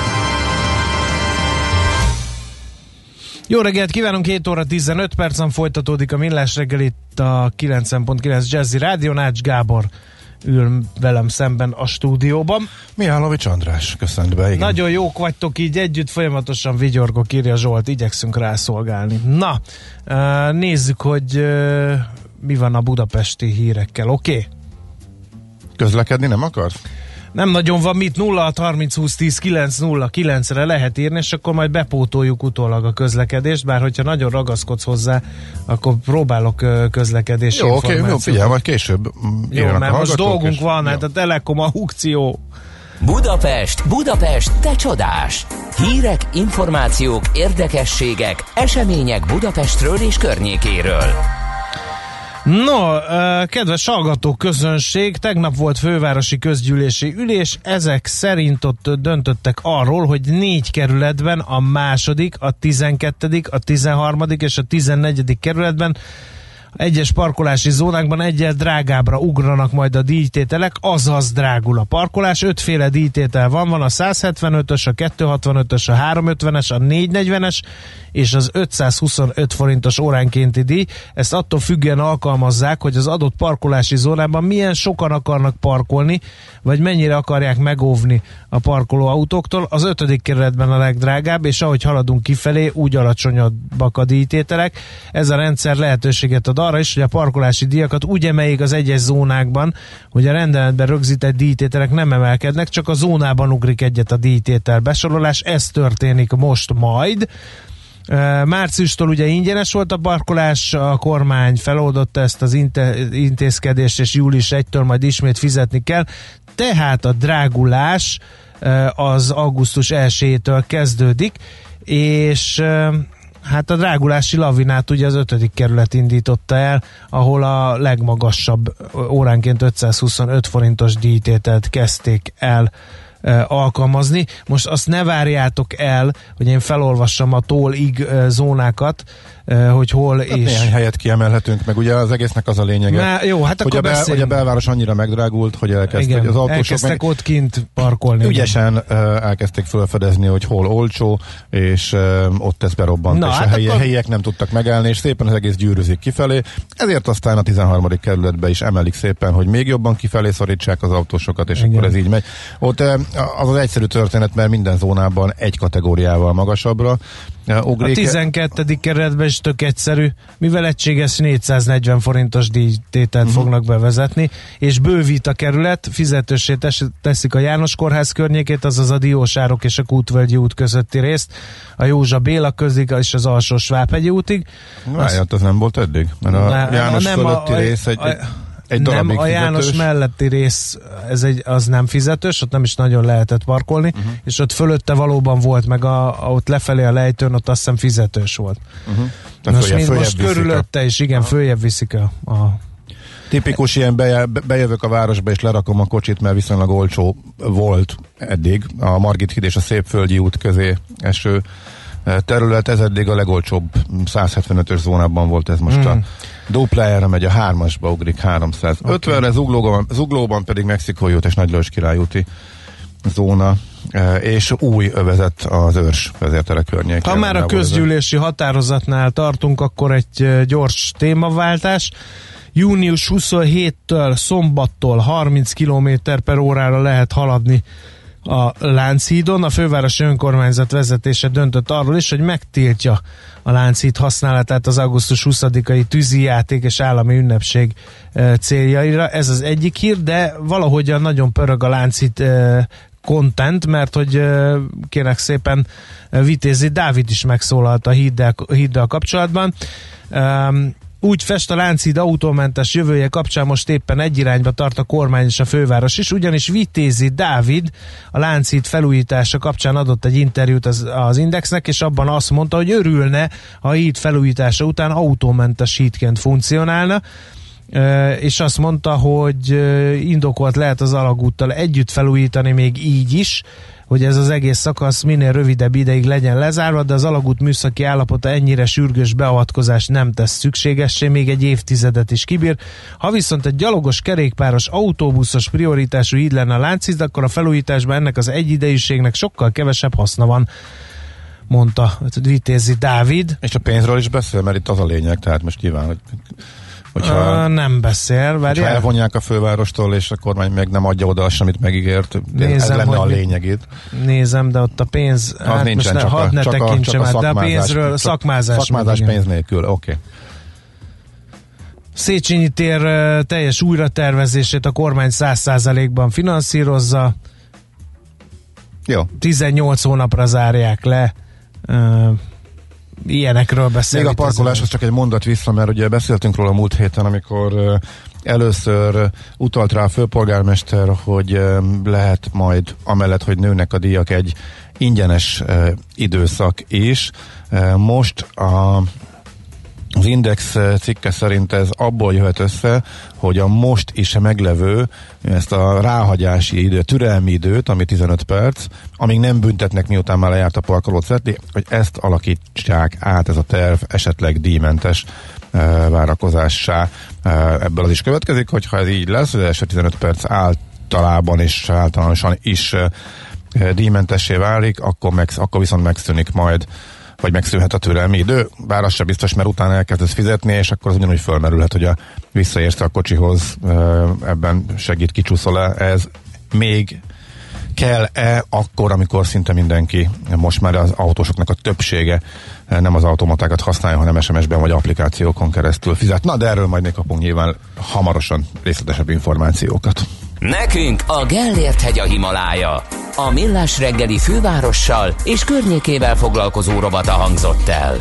Jó reggelt kívánunk, 7 óra 15 percen folytatódik a Millás reggel itt a 90.9 Jazzy Rádió. Ács Gábor ül velem szemben a stúdióban. Mihálovics András, köszönt be, igen. Nagyon jók vagytok így együtt, folyamatosan vigyorgok, írja Zsolt, igyekszünk rászolgálni. Na, nézzük, hogy mi van a budapesti hírekkel, oké? Közlekedni nem akarsz? Nem nagyon van mit, 06302010-909-re lehet írni, és akkor majd bepótoljuk utólag a közlekedést, bár hogyha nagyon ragaszkodsz hozzá, akkor próbálok közlekedési információt. Jó, figyelj, majd később jó, mert most dolgunk van, hát a Telekom aukció. Budapest, te csodás! Hírek, információk, érdekességek, események Budapestről és környékéről. No, kedves hallgató közönség, tegnap volt fővárosi közgyűlési ülés, ezek szerint ott döntöttek arról, hogy 4 kerületben, a második, a 12., a 13. és a 14. kerületben egyes parkolási zónákban egyel drágábbra ugranak majd a díjtételek, azaz drágul a parkolás. 5 féle díjtétel van a 175-ös, a 265-ös, a 350-es, a 440-es és az 525 forintos óránkénti díj. Ezt attól függően alkalmazzák, hogy az adott parkolási zónában milyen sokan akarnak parkolni, vagy mennyire akarják megóvni a parkolóautóktól. Az 5. kerületben a legdrágább, és ahogy haladunk kifelé, úgy alacsonyabbak a díjtételek. Ez a rendszer lehetőséget ad arra is, hogy a parkolási díjakat úgy emeljék az egyes zónákban, hogy a rendeletben rögzített díjtételek nem emelkednek, csak a zónában ugrik egyet a díjtétel besorolás. Ez történik most majd. Márciustól ugye ingyenes volt a parkolás, a kormány feloldotta ezt az intézkedést, és július 1-től majd ismét fizetni kell, tehát a drágulás az augusztus 1-től kezdődik, és hát a drágulási lavinát ugye az 5. kerület indította el, ahol a legmagasabb óránként 525 forintos díjtételt kezdték el alkalmazni. Most azt ne várjátok el, hogy én felolvassam a tól-ig zónákat, hogy hol és... Néhány helyet kiemelhetünk, meg ugye az egésznek az a lényege, Jó, hát hogy, hogy a belváros annyira megdrágult, hogy elkezdték az autósok elkezdtek ott kint parkolni. Ügyesen elkezdték felfedezni, hogy hol olcsó, és ott ez berobbant, és hát a helyiek nem tudtak megállni, és szépen az egész gyűrűzik kifelé. Ezért aztán a 13. kerületbe is emelik szépen, hogy még jobban kifelé szorítsák az autósokat, és akkor ez így megy. Ott az egyszerű történet, mert minden zónában egy kategóriával magasabbra ugrik. A 12. kerületben is tök egyszerű, mivel egységes 440 forintos díjtételt fognak bevezetni, és bővít a kerület, fizetőssé teszik a János Kórház környékét, azaz a Diósárok és a Kútvölgyi út közötti részt, a Józsa Béla közig és az alsó Svábhegyi útig. Az nem volt eddig? Mert a János fölötti rész egy darabig a János fizetős. melletti rész az nem fizetős, ott nem is nagyon lehetett parkolni, és ott fölötte valóban volt, meg ott lefelé a lejtőn, ott azt hiszem fizetős volt. Most körülötte is, igen, följebb viszik a tipikus ilyen bejövök a városba és lerakom a kocsit, mert viszonylag olcsó volt eddig a Margit híd és a Szépföldi út közé eső terület, ez eddig a legolcsóbb 175-ös zónában volt, ez most a duplájára megy, a 3-asba ugrik 350-re, Zuglóban pedig Mexikói út és Nagylajos Király úti zóna, és új övezet az Őrs vezértere környékén. Ha már a közgyűlési határozatnál tartunk, akkor egy gyors témaváltás. Június 27-től szombattól 30 km/h lehet haladni a Lánchídon. A fővárosi önkormányzat vezetése döntött arról is, hogy megtiltja a Lánchíd használatát az augusztus 20-ai tűzijáték és állami ünnepség céljaira. Ez az egyik hír, de valahogyan nagyon pörög a Lánchíd content, mert hogy kérek szépen Vitézi Dávid is megszólalt a híddal kapcsolatban. Úgy fest a Lánchíd autómentes jövője kapcsán most éppen egy irányba tart a kormány és a főváros is, ugyanis Vitézi Dávid a Lánchíd felújítása kapcsán adott egy interjút az Indexnek, és abban azt mondta, hogy örülne, ha a híd felújítása után autómentes hídként funkcionálna, és azt mondta, hogy indokolt lehet az alagúttal együtt felújítani még így is, hogy ez az egész szakasz minél rövidebb ideig legyen lezárva, de az alagút műszaki állapota ennyire sürgős beavatkozás nem tesz szükségessé, még egy évtizedet is kibír. Ha viszont egy gyalogos, kerékpáros, autóbuszos prioritású híd lenne a Lánchíd, akkor a felújításban ennek az egyidejűségnek sokkal kevesebb haszna van, mondta Vitézi Dávid. És a pénzről is beszél, mert itt az a lényeg, tehát most nyilván, hogyha nem beszél, várjál. Ha elvonják a fővárostól, és a kormány meg nem adja oda azt, amit megígért, ez lenne a lényeg itt. Nézem, de ott a pénz, hát nincsen, tekintsem át, de a pénzről szakmázás pénz nélkül, oké. Széchenyi tér teljes újratervezését a kormány 100%-ban finanszírozza. Jó. 18 hónapra zárják le. Ilyenekről beszélünk. Még a parkoláshoz csak egy mondat vissza, mert ugye beszéltünk róla múlt héten, amikor először utalt rá a főpolgármester, hogy lehet majd amellett, hogy nőnek a díjak, egy ingyenes időszak is. Most az Index cikke szerint ez abból jöhet össze, hogy a most is meglevő, ezt a ráhagyási idő, türelmi időt, ami 15 perc, amíg nem büntetnek, miután már lejárt a parkolót szedni, hogy ezt alakítsák át, ez a terv esetleg díjmentes várakozássá. Ebből az is következik, hogyha ez így lesz, az első 15 perc általában és általánosan is díjmentessé válik, akkor viszont megszűnik majd, vagy megszűnhet a türelmi idő, bár az sem biztos, mert utána elkezdesz fizetni, és akkor az ugyanúgy fölmerülhet, hogy visszaérsz a kocsihoz, ebben segít, kicsúszol-e, ez még kell-e akkor, amikor szinte mindenki, most már az autósoknak a többsége nem az automatákat használja, hanem SMS-ben vagy applikációkon keresztül fizet. Na, de erről majd még kapunk nyilván hamarosan részletesebb információkat. Nekünk a Gellért-hegy a Himalája. A Millás reggeli fővárossal és környékével foglalkozó rovata hangzott el.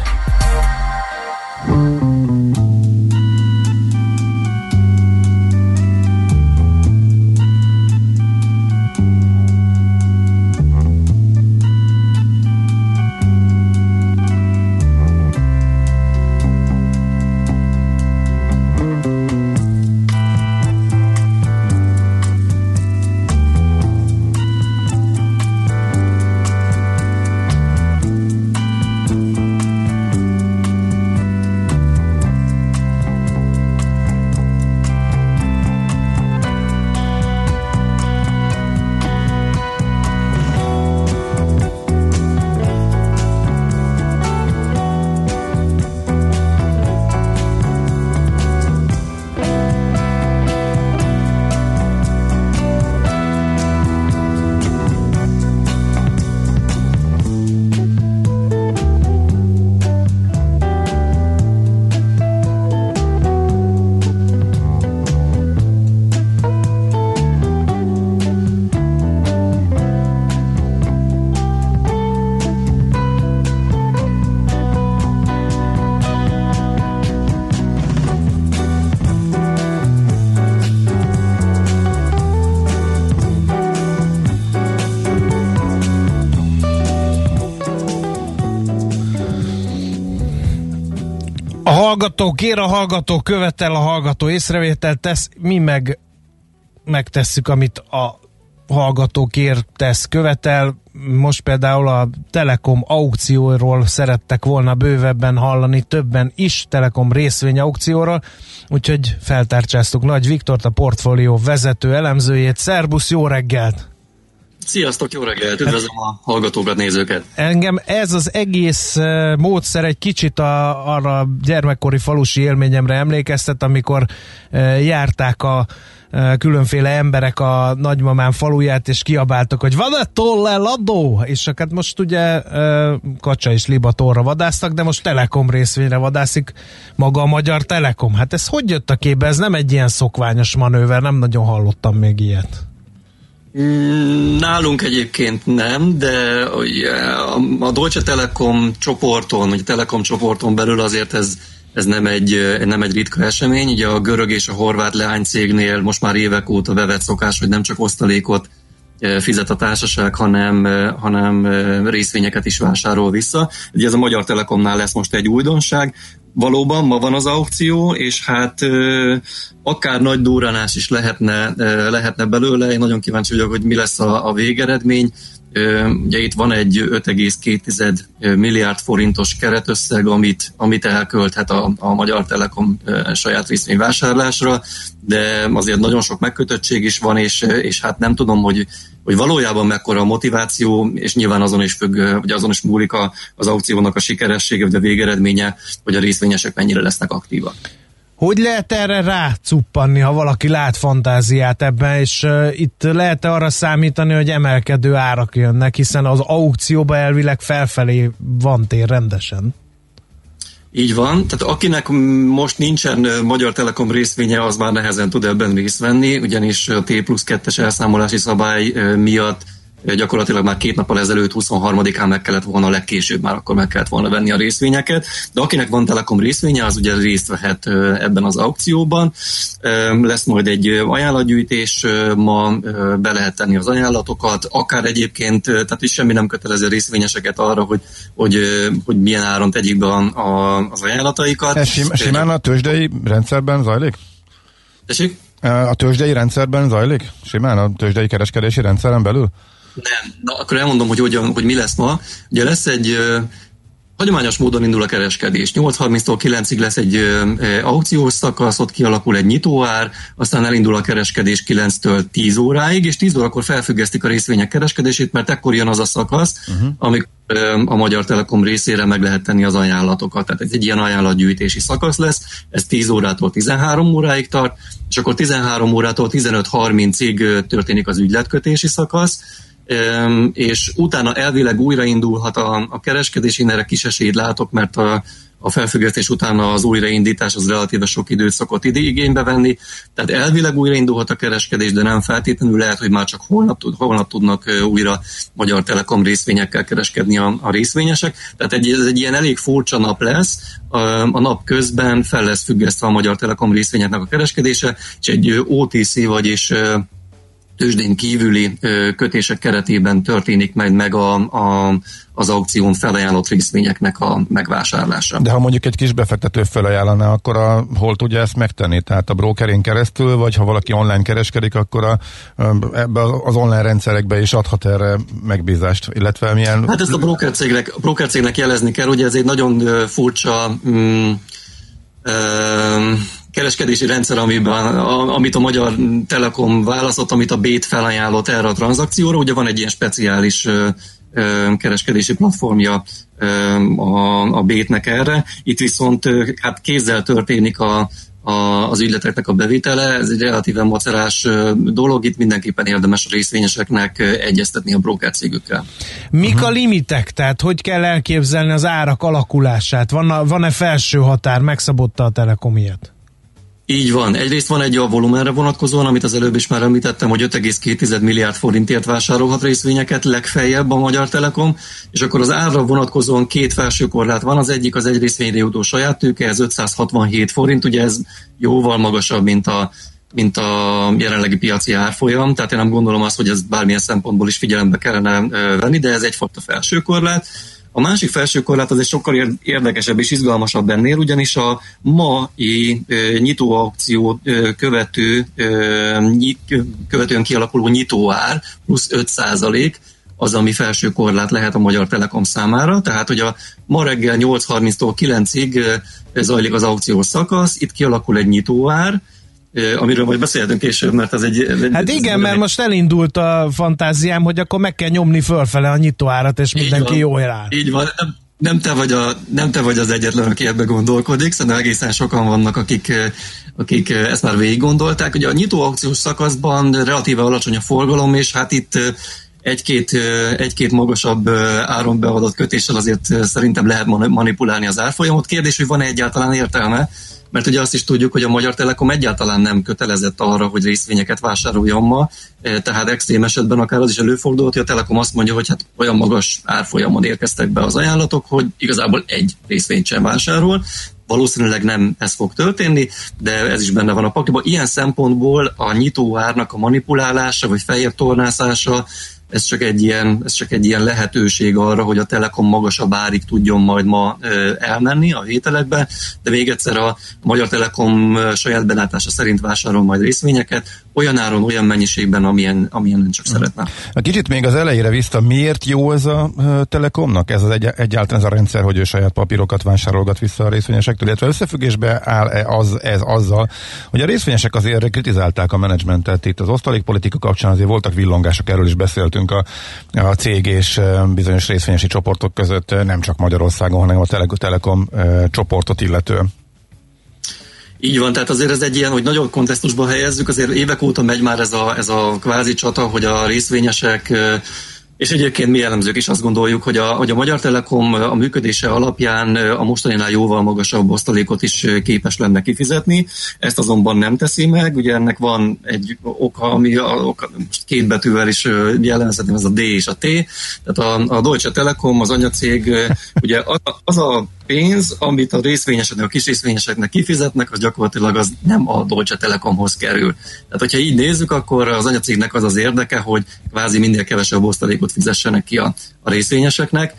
hallgató kér, a hallgató követel, a hallgató észrevételt tesz, mi megtesszük, amit a hallgató kér, tesz, követel. Most például a Telekom aukcióról szerettek volna bővebben hallani, többen is Telekom részvény aukcióról, úgyhogy feltárcsáztuk Nagy Viktort, a portfólió vezető elemzőjét. Szerbusz, jó reggelt! Sziasztok, jó reggelt! Üdvözlöm a hallgatókat, nézőket! Engem ez az egész módszer egy kicsit arra a gyermekkori falusi élményemre emlékeztet, amikor járták a különféle emberek a nagymamám faluját, és kiabáltak, hogy van-e tollel adó? És hát most ugye kacsa és libatorra vadásztak, de most Telekom részvényre vadászik maga a Magyar Telekom. Hát ez hogy jött a képbe? Ez nem egy ilyen szokványos manőver, nem nagyon hallottam még ilyet. Nálunk egyébként nem, de a Deutsche Telekom csoporton, vagy a Telekom csoporton belül azért ez nem egy ritka esemény. Ugye a görög és a horvát leánycégnél most már évek óta bevett szokás, hogy nem csak osztalékot fizet a társaság, hanem részvényeket is vásárol vissza. Ugye ez a Magyar Telekomnál lesz most egy újdonság. Valóban ma van az aukció, és hát akár nagy durranás is lehetne belőle. Én nagyon kíváncsi vagyok, hogy mi lesz a végeredmény. Ugye itt van egy 5,2 milliárd forintos keretösszeg, amit elkölthet a Magyar Telekom saját részvényvásárlásra, de azért nagyon sok megkötöttség is van, és hát nem tudom, hogy valójában mekkora a motiváció, és nyilván azon is függ, vagy azon is múlik az aukciónak a sikeressége, vagy a végeredménye, hogy a részvényesek mennyire lesznek aktívak. Hogy lehet erre rácuppanni, ha valaki lát fantáziát ebben, és itt lehet arra számítani, hogy emelkedő árak jönnek, hiszen az aukcióba elvileg felfelé van tér rendesen. Így van, tehát akinek most nincsen Magyar Telekom részvénye, az már nehezen tud ebben részt venni, ugyanis a T+2-es elszámolási szabály miatt gyakorlatilag már 2 nappal ezelőtt 23-án meg kellett volna, legkésőbb már akkor meg kellett volna venni a részvényeket, de akinek van Telekom részvénye, az ugye részt vehet ebben az aukcióban. Lesz majd egy ajánlatgyűjtés, ma be lehet tenni az ajánlatokat, akár egyébként, tehát is semmi nem kötelezi a részvényeseket arra, hogy milyen áron tegyék be az ajánlataikat. Ez simán a tőzsdei rendszerben zajlik? Tessék? A tőzsdei rendszerben zajlik? Simán a tőzsdei kereskedési rendszeren belül? Nem. Na, akkor elmondom, hogy mi lesz ma. Ugye lesz egy hagyományos módon indul a kereskedés. 8:30-tól 9-ig lesz egy aukciós szakasz, ott kialakul egy nyitóár, aztán elindul a kereskedés 9-től 10 óráig, és 10 órakor felfüggesztik a részvények kereskedését, mert ekkor jön az a szakasz, amikor a Magyar Telekom részére meg lehet tenni az ajánlatokat. Tehát ez egy ilyen ajánlatgyűjtési szakasz lesz, ez 10 órától 13 óráig tart, és akkor 13 órától 15:30-ig történik az ügyletkötési szakasz, és utána elvileg újraindulhat a kereskedés. Én erre kis esélyt látok, mert a felfüggesztés után az újraindítás az relatíve sok időt szokott igénybe venni, tehát elvileg újraindulhat a kereskedés, de nem feltétlenül, lehet, hogy már csak holnap tudnak újra Magyar Telekom részvényekkel kereskedni a részvényesek, tehát ez egy ilyen elég furcsa nap lesz, a nap közben fel lesz függesztve a Magyar Telekom részvényeknek a kereskedése, és egy OTC, vagyis tőzsdén kívüli kötések keretében történik meg az aukción felajánlott részvényeknek a megvásárlása. De ha mondjuk egy kis befektető felajánlaná, akkor hol tudja ezt megtenni? Tehát a brokerén keresztül, vagy ha valaki online kereskedik, akkor ebbe az online rendszerekbe is adhat erre megbízást, illetve milyen... Hát ezt a brokercégnek jelezni kell, ugye ez egy nagyon furcsa kereskedési rendszer, amit a Magyar Telekom választott, amit a BÉT felajánlott erre a tranzakcióra. Ugye van egy ilyen speciális kereskedési platformja a BÉT-nek erre. Itt viszont hát kézzel történik az ügyleteknek a bevitele. Ez egy relatíven macerás dolog, itt mindenképpen érdemes a részvényeseknek egyeztetni a brokercégükkel. Mik a limitek? Tehát hogy kell elképzelni az árak alakulását? Van-e felső határ? Megszabodta a Telekom ilyet? Így van. Egyrészt van egy a volumenre vonatkozóan, amit az előbb is már említettem, hogy 5,2 milliárd forintért vásárolhat részvényeket legfeljebb a Magyar Telekom, és akkor az árra vonatkozóan 2 felső korlát van, az egyik az egy részvényre jutó saját tőke, ez 567 forint, ugye ez jóval magasabb, mint a jelenlegi piaci árfolyam, tehát én nem gondolom azt, hogy ez bármilyen szempontból is figyelembe kellene venni, de ez egyfajta felső korlát. A másik felső korlát az egy sokkal érdekesebb és izgalmasabb ennél, ugyanis a mai nyitóaukciót követően kialakuló nyitóár plusz 5% az, ami felső korlát lehet a Magyar Telekom számára. Tehát, hogy a ma reggel 8:30-tól 9-ig zajlik az aukciós szakasz, itt kialakul egy nyitóár, amiről majd beszélhetünk később, mert ez egy... Hát igen, mert most elindult a fantáziám, hogy akkor meg kell nyomni fölfele a nyitóárat, és mindenki jól rá. Így van, nem te vagy az egyetlen, aki ebbe gondolkodik, szerintem egészen sokan vannak, akik ezt már végig gondolták. Ugye a nyitó aukciós szakaszban relatíve alacsony a forgalom, és hát itt egy-két magasabb áron beadott kötéssel azért szerintem lehet manipulálni az árfolyamot. Kérdés, hogy van-e egyáltalán értelme? Mert ugye azt is tudjuk, hogy a Magyar Telekom egyáltalán nem kötelezett arra, hogy részvényeket vásároljon ma, tehát extrém esetben akár az is előfordulhat, hogy a Telekom azt mondja, hogy hát olyan magas árfolyamon érkeztek be az ajánlatok, hogy igazából egy részvényt sem vásárol. Valószínűleg nem ez fog történni, de ez is benne van a pakliban. Ilyen szempontból a nyitóárnak a manipulálása vagy feljebb tornászása, ez csak egy ilyen lehetőség arra, hogy a Telekom magasabb árig tudjon majd ma elmenni a vételekbe, de még egyszer a Magyar Telekom saját belátása szerint vásárol majd részvényeket, olyan áron, olyan mennyiségben, amilyen csak szeretne. A kicsit még az elejére vissza, miért jó ez a Telekomnak? Ez az egyáltalán ez a rendszer, hogy ő saját papírokat vásárolgat vissza a részvényesektől, illetve összefüggésbe áll ez azzal, hogy a részvényesek azért kritizálták a menedzsmentet itt az osztalékpolitika kapcsán, azért voltak villongások, erről is beszéltünk a cég és bizonyos részvényesi csoportok között, nem csak Magyarországon, hanem a Telekom csoportot illetően. Így van, tehát azért ez egy ilyen, hogy nagyon kontextusba helyezzük, azért évek óta megy már ez a kvázi csata, hogy a részvényesek, és egyébként mi elemzők is azt gondoljuk, hogy a Magyar Telekom a működése alapján a mostaninál jóval magasabb osztalékot is képes lenne kifizetni, ezt azonban nem teszi meg, ugye ennek van egy oka, ami most két betűvel is jellemezhetem, ez a D és a T, tehát a Deutsche Telekom, az anyacég, ugye az a pénz, amit a részvényeseknek, a kis részvényeseknek kifizetnek, az gyakorlatilag az nem a Deutsche Telekomhoz kerül. Tehát, hogyha így nézzük, akkor az anyacégnek az az érdeke, hogy kvázi minél kevesebb osztalékot fizessenek ki a részvényeseknek.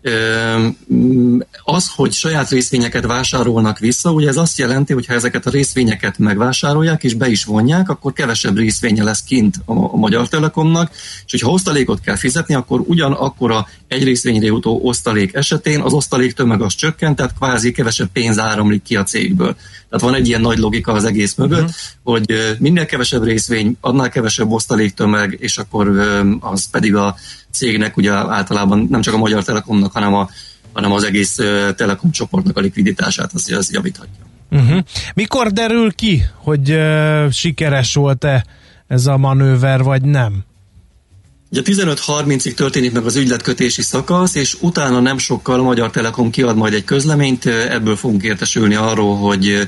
Az, hogy saját részvényeket vásárolnak vissza, ugye ez azt jelenti, hogy ha ezeket a részvényeket megvásárolják és be is vonják, akkor kevesebb részvénye lesz kint a Magyar Telekomnak, és hogyha osztalékot kell fizetni, akkor ugyanakkor a egy részvényre jutó osztalék esetén az osztalék tömeg az csökkent, tehát kvázi kevesebb pénz áramlik ki a cégből. Tehát van egy ilyen nagy logika az egész mögött, hogy minél kevesebb részvény, annál kevesebb osztaléktömeg, és akkor az pedig a cégnek ugye általában nem csak a Magyar Telekomnak, hanem az egész Telekom csoportnak a likviditását az javíthatja. Mikor derül ki, hogy sikeres volt-e ez a manőver, vagy nem? Ugye 15:30-ig történik meg az ügyletkötési szakasz, és utána nem sokkal a Magyar Telekom kiad majd egy közleményt, ebből fogunk értesülni arról,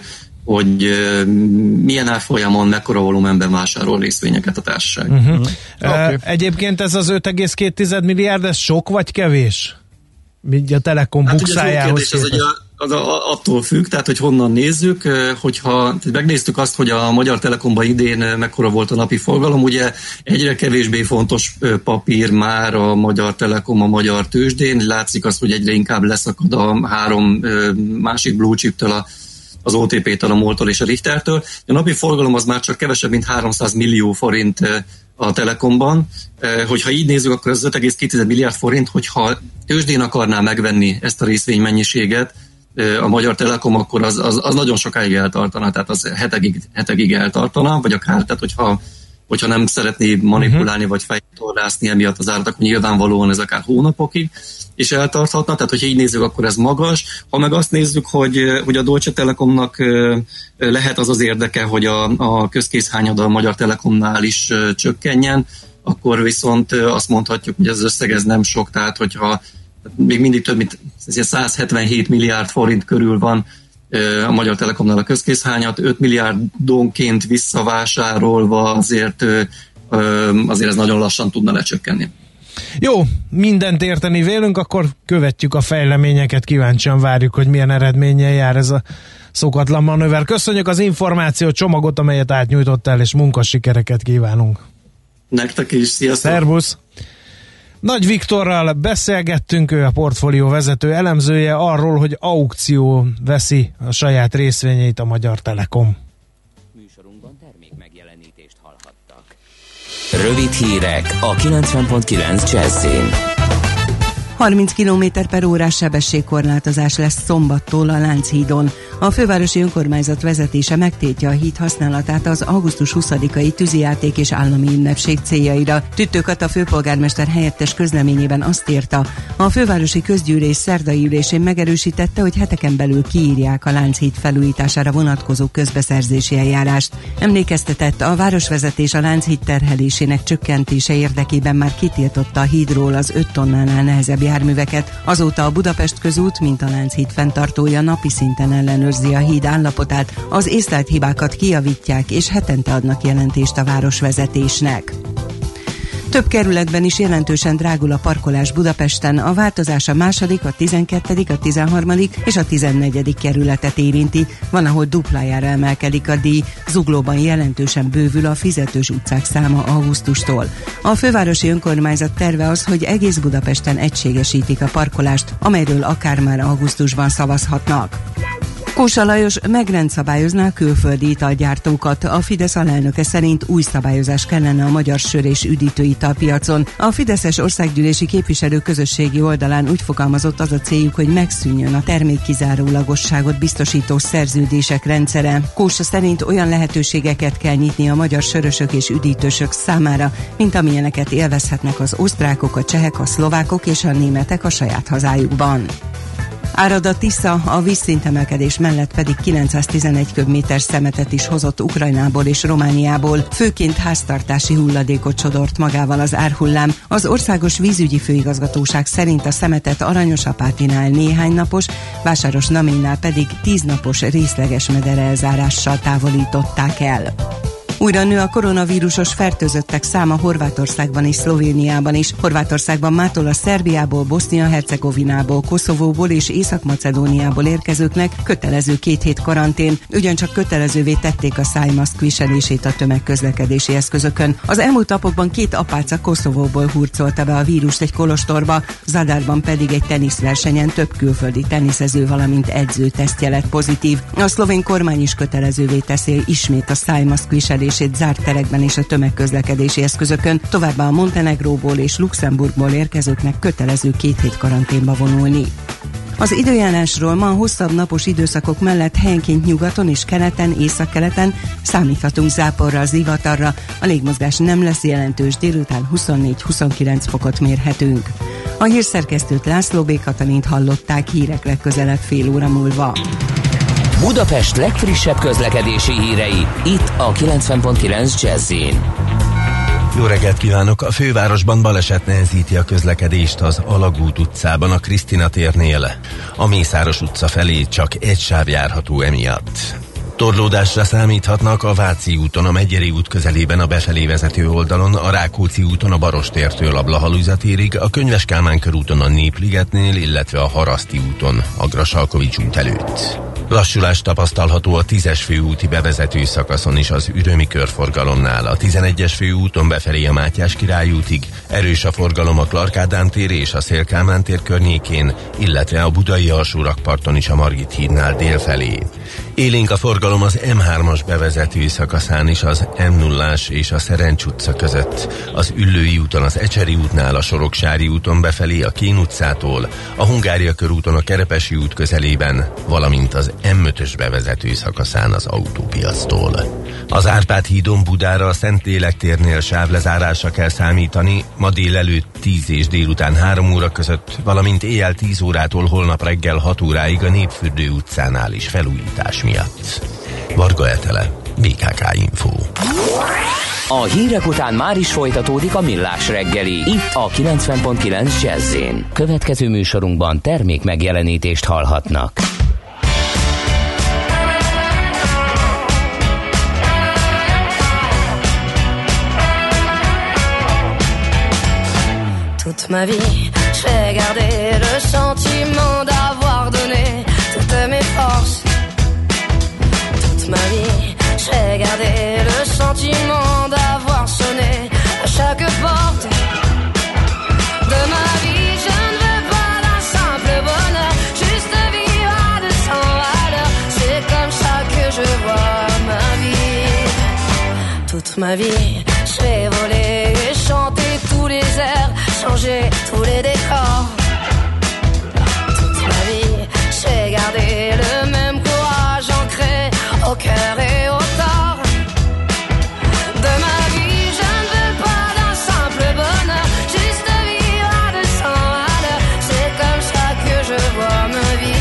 hogy milyen árfolyamon, mekkora volumenben vásárol részvényeket a társaság. Okay. Egyébként ez az 5,2 milliárd, ez sok vagy kevés? Így a Telekom bukszájához képest. Az attól függ, tehát hogy honnan nézzük, hogyha megnéztük azt, hogy a Magyar Telekomban idén mekkora volt a napi forgalom, ugye egyre kevésbé fontos papír már a Magyar Telekom a magyar tőzsdén, látszik az, hogy egyre inkább leszakad a három másik blue chip-től, az OTP-től, a MOL-tól és a Richtertől. A napi forgalom az már csak kevesebb, mint 300 millió forint a Telekomban. Hogyha így nézzük, akkor az 5,2 milliárd forint, hogyha tőzsdén akarná megvenni ezt a részvénymennyiséget, a Magyar Telekom, akkor az nagyon sokáig eltartana, tehát az hetekig eltartana, vagy akár, tehát hogyha nem szeretné manipulálni, vagy fejtorrászni emiatt az árat, akkor nyilvánvalóan ez akár hónapokig is eltarthatna, tehát hogyha így nézzük, akkor ez magas. Ha meg azt nézzük, hogy a Deutsche Telekomnak lehet az érdeke, hogy a közkészhányada a Magyar Telekomnál is csökkenjen, akkor viszont azt mondhatjuk, hogy ez összeg ez nem sok, tehát hogyha még mindig több mint 177 milliárd forint körül van a Magyar Telekomnál a közkészhányat, 5 milliárdonként visszavásárolva azért ez nagyon lassan tudna lecsökkenni. Jó, mindent érteni vélünk, akkor követjük a fejleményeket, kíváncsian várjuk, hogy milyen eredménnyel jár ez a szokatlan manőver. Köszönjük az információ csomagot, amelyet átnyújtottál, és munkasikereket kívánunk. Nektek is, sziasztok! Szervusz! Nagy Viktorral beszélgettünk, ő a portfólió vezető elemzője arról, hogy aukció veszi a saját részvényeit a Magyar Telekom. Műsorunkban termék megjelenítést hallhattak. Rövid hírek a 90.9 Jazzin. 30 km/h sebességkorlátozás lesz szombattól a Lánchídon. A fővárosi önkormányzat vezetése megtiltja a híd használatát az augusztus 20-ai tűzijáték és állami ünnepség céljaira. Tüttő Kata főpolgármester helyettes közleményében azt írta, a fővárosi közgyűlés szerdai ülésén megerősítette, hogy heteken belül kiírják a Lánchíd felújítására vonatkozó közbeszerzési eljárást. Emlékeztetett, a városvezetés a Lánchíd terhelésének csökkentése érdekében már kitiltotta a hídról az 5 tonnánál nehezebb járműveket. Azóta a Budapest közút, mint a Lánchíd fenntartója napi szinten ellenőrzi a híd állapotát, az észlelt hibákat kijavítják és hetente adnak jelentést a városvezetésnek. Több kerületben is jelentősen drágul a parkolás Budapesten, a változás a második, a 12., a 13. és a 14. kerületet érinti, van, ahol duplájára emelkedik a díj, Zuglóban jelentősen bővül a fizetős utcák száma augusztustól. A fővárosi önkormányzat terve az, hogy egész Budapesten egységesítik a parkolást, amelyről akár már augusztusban szavazhatnak. Kósa Lajos megrendszabályozná a külföldi italgyártókat. A Fidesz alelnöke szerint új szabályozás kellene a magyar sör és üdítőitalpiacon. A fideszes országgyűlési képviselő közösségi oldalán úgy fogalmazott, az a céljuk, hogy megszűnjön a termékkizárólagosságot biztosító szerződések rendszere. Kósa szerint olyan lehetőségeket kell nyitni a magyar sörösök és üdítősök számára, mint amilyeneket élvezhetnek az osztrákok, a csehek, a szlovákok és a németek a saját hazájukban. Árad a Tisza, a vízszintemelkedés mellett pedig 911 köbméter szemetet is hozott Ukrajnából és Romániából, főként háztartási hulladékot sodort magával az árhullám. Az Országos Vízügyi Főigazgatóság szerint a szemetet Aranyosapátinál néhány napos, Vásáros Naménynál pedig 10 napos részleges mederelzárással távolították el. Újra nő a koronavírusos fertőzöttek száma Horvátországban és Szlovéniában is. Horvátországban mától a Szerbiából, Bosznia-Hercegovinából, Koszovóból és Észak-Macedóniából érkezőknek kötelező 2 hét karantén, ugyancsak kötelezővé tették a szájmaszk viselését a tömegközlekedési eszközökön. Az elmúlt napokban 2 apáca Koszovóból hurcolta be a vírust egy kolostorba, Zadárban pedig egy teniszversenyen több külföldi teniszező, valamint edző tesztje lett pozitív. A szlovén kormány is kötelezővé teszi ismét a szájmaszk viselését zárt terekben és a tömegközlekedési eszközökön, továbbá a Montenegróból és Luxemburgból érkezőknek kötelező 2 hét karanténba vonulni. Az időjárásról: ma a hosszabb napos időszakok mellett helyenként nyugaton és keleten, északkeleten számíthatunk záporra, zivatarra, a légmozgás nem lesz jelentős, délután 24-29 fokot mérhetünk. A hírszerkesztőt, László B. Katalint hallották, hírek legközelebb fél óra múlva. Budapest legfrissebb közlekedési hírei, itt a 90.9 Jazzin. Jó reggelt kívánok! A fővárosban baleset nehezíti a közlekedést az Alagút utcában, a Krisztina térnél. A Mészáros utca felé csak egy sáv járható emiatt. Torlódásra számíthatnak a Váci úton, a Megyeri út közelében a befelé vezető oldalon, a Rákóczi úton a Barostértől a Blahalújzatérig, a Könyves Kálmán körúton a Népligetnél, illetve a Haraszti úton a Grassalkovich út előtt. Lassulás tapasztalható a 10-es főúti bevezető szakaszon is az Ürömi körforgalomnál, a 11-es főúton befelé a Mátyás Király útig, erős a forgalom a Clark Ádám tér és a Széll Kálmán tér környékén, illetve a budai alsórakparton is a Margit hídnál délfelé. Élénk a forgalom az M3-as bevezető szakaszán is, az M0-ás és a Szerencs utca között, az Üllői úton, az Ecseri útnál, a Soroksári úton befelé a Kén utcától, a Hungária körúton a Kerepesi út közelében, valamint az M5-ös bevezető szakaszán az autópiactól. Az Árpád hídon Budára a Szentlélek térnél sávlezárásra kell számítani, ma délelőtt 10 és délután 3 óra között, valamint éjjel 10 órától holnap reggel 6 óráig a Népfürdő utcánál is felújítás miatt. Varga Etele, BKK Info. A hírek után már is folytatódik a Millás reggeli, itt a 90.9 Jazzin. Következő műsorunkban termék megjelenítést hallhatnak. Toute ma vie, je vais garder le sentiment d'avoir donné toutes mes forces. Toute ma vie, je vais garder le sentiment d'avoir sonné à chaque porte de toute ma vie. Je vais voler et chanter tous les airs, changer tous les décors. Toute ma vie, j'ai gardé le même courage ancré au cœur et au corps. De ma vie, je ne veux pas d'un simple bonheur, juste vivre à 200 à l'heure. C'est comme ça que je vois ma vie.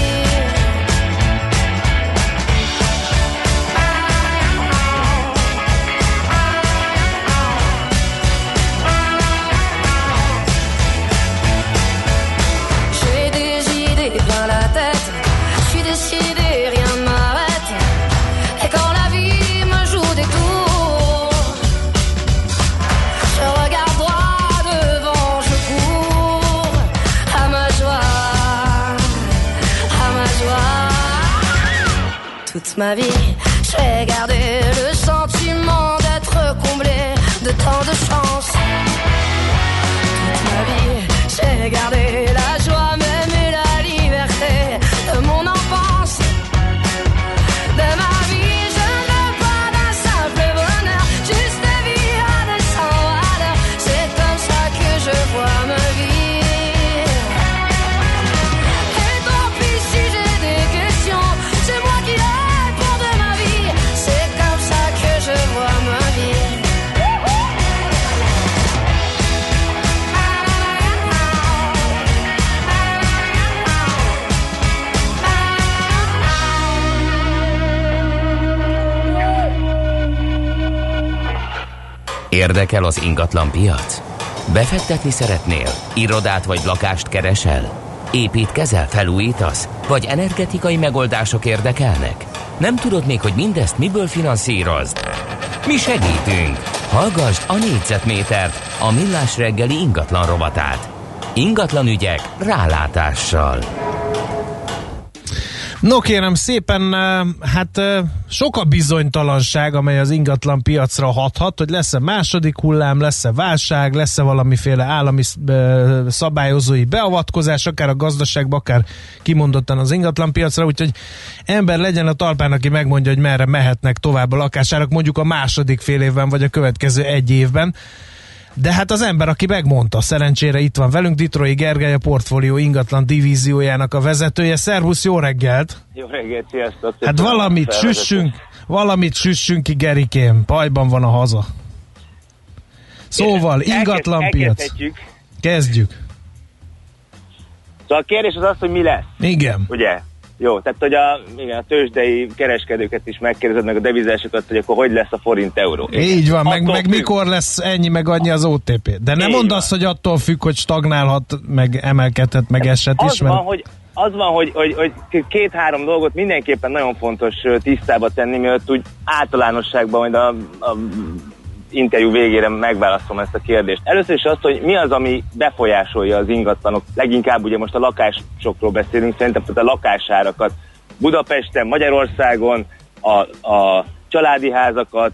Toute ma vie, j'ai gardé le sentiment d'être comblé de tant de chance. Toute ma vie, j'ai gardé la joie même et la liberté de mon enfance. De ma vie, je ne veux pas d'un simple bonheur, juste vivre à 200 à l'heure. C'est comme ça que je vois ma vie. Et tant pis si j'ai des questions, c'est moi qui les Érdekel az ingatlan piac? Befektetni szeretnél? Irodát vagy lakást keresel? Építkezel, felújítasz? Vagy energetikai megoldások érdekelnek? Nem tudod még, hogy mindezt miből finanszírozd? Mi segítünk! Hallgasd a Négyzetmétert, a Millás reggeli ingatlan rovatát. Ingatlan ügyek rálátással. No kérem szépen, hát sok a bizonytalanság, amely az ingatlan piacra hathat, hogy lesz-e második hullám, lesz-e válság, lesz-e valamiféle állami szabályozói beavatkozás, akár a gazdaságba, akár kimondottan az ingatlan piacra, úgyhogy ember legyen a talpán, aki megmondja, hogy merre mehetnek tovább a lakásárak, mondjuk a második fél évben, vagy a következő egy évben. De hát az ember, aki megmondta, szerencsére itt van velünk, Ditrói Gergely, a Portfólió ingatlan divíziójának a vezetője. Szervusz, jó reggelt! Jó reggelt, sziasztok! Hát valamit süssünk ki, Gerikém, bajban van a haza. Szóval, ingatlan piac. Kezdjük. Szóval a kérdés az, hogy mi lesz. Igen. Ugye? Jó, tehát hogy a tőzsdei kereskedőket is megkérdezed, meg a devizásokat, hogy akkor hogy lesz a forint-euró. Így van, meg mikor lesz ennyi, meg annyi az OTP. De nem mondd azt, hogy attól függ, hogy stagnálhat, meg emelkedhet, meg eshet is. Az van, hogy két-három dolgot mindenképpen nagyon fontos tisztába tenni, mielőtt úgy általánosságban majd a interjú végére megválaszolom ezt a kérdést. Először is azt, hogy mi az, ami befolyásolja az ingatlanok. Leginkább ugye most a lakásokról beszélünk, szerintem a lakásárakat Budapesten, Magyarországon, a családi házakat,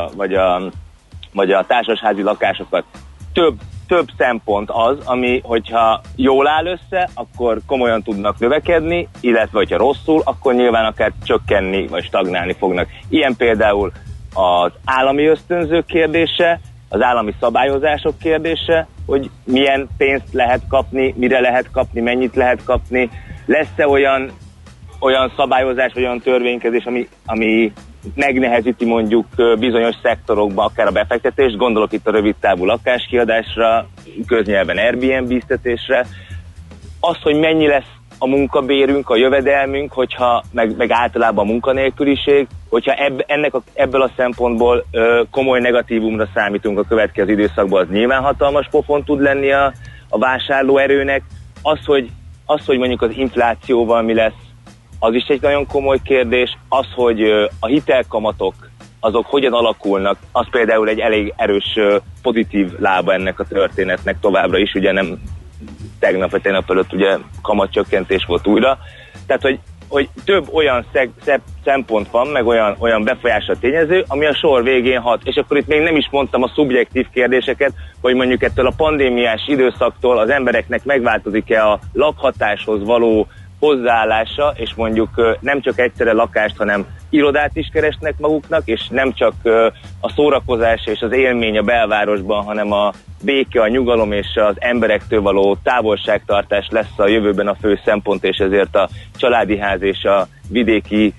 vagy a társasházi lakásokat. Több szempont az, ami, hogyha jól áll össze, akkor komolyan tudnak növekedni, illetve hogyha rosszul, akkor nyilván akár csökkenni, vagy stagnálni fognak. Ilyen például az állami ösztönzők kérdése, az állami szabályozások kérdése, hogy milyen pénzt lehet kapni, mire lehet kapni, mennyit lehet kapni, lesz-e olyan szabályozás, vagy olyan törvénykezés, ami megnehezíti mondjuk bizonyos szektorokban akár a befektetést, gondolok itt a rövidtávú lakáskiadásra, köznyelven Airbnb-ztetésre, az, hogy mennyi lesz a munkabérünk, a jövedelmünk, hogyha meg általában a munkanélküliség, hogyha ebből a szempontból komoly negatívumra számítunk a következő időszakban, az nyilván hatalmas pofon tud lenni a vásárlóerőnek. Az, hogy mondjuk az inflációval mi lesz, az is egy nagyon komoly kérdés. Az, hogy a hitelkamatok azok hogyan alakulnak, az például egy elég erős pozitív lába ennek a történetnek továbbra is, ugye nem tegnap vagy tegnap előtt ugye kamatcsökkentés volt újra. Tehát, hogy több olyan szempont van, meg olyan befolyása tényező, ami a sor végén hat. És akkor itt még nem is mondtam a szubjektív kérdéseket, hogy mondjuk ettől a pandémiás időszaktól az embereknek megváltozik-e a lakhatáshoz való hozzáállása, és mondjuk nem csak egyszerre lakást, hanem irodát is keresnek maguknak, és nem csak a szórakozás és az élmény a belvárosban, hanem a béke, a nyugalom és az emberektől való távolságtartás lesz a jövőben a fő szempont, és ezért a családi ház és a vidéki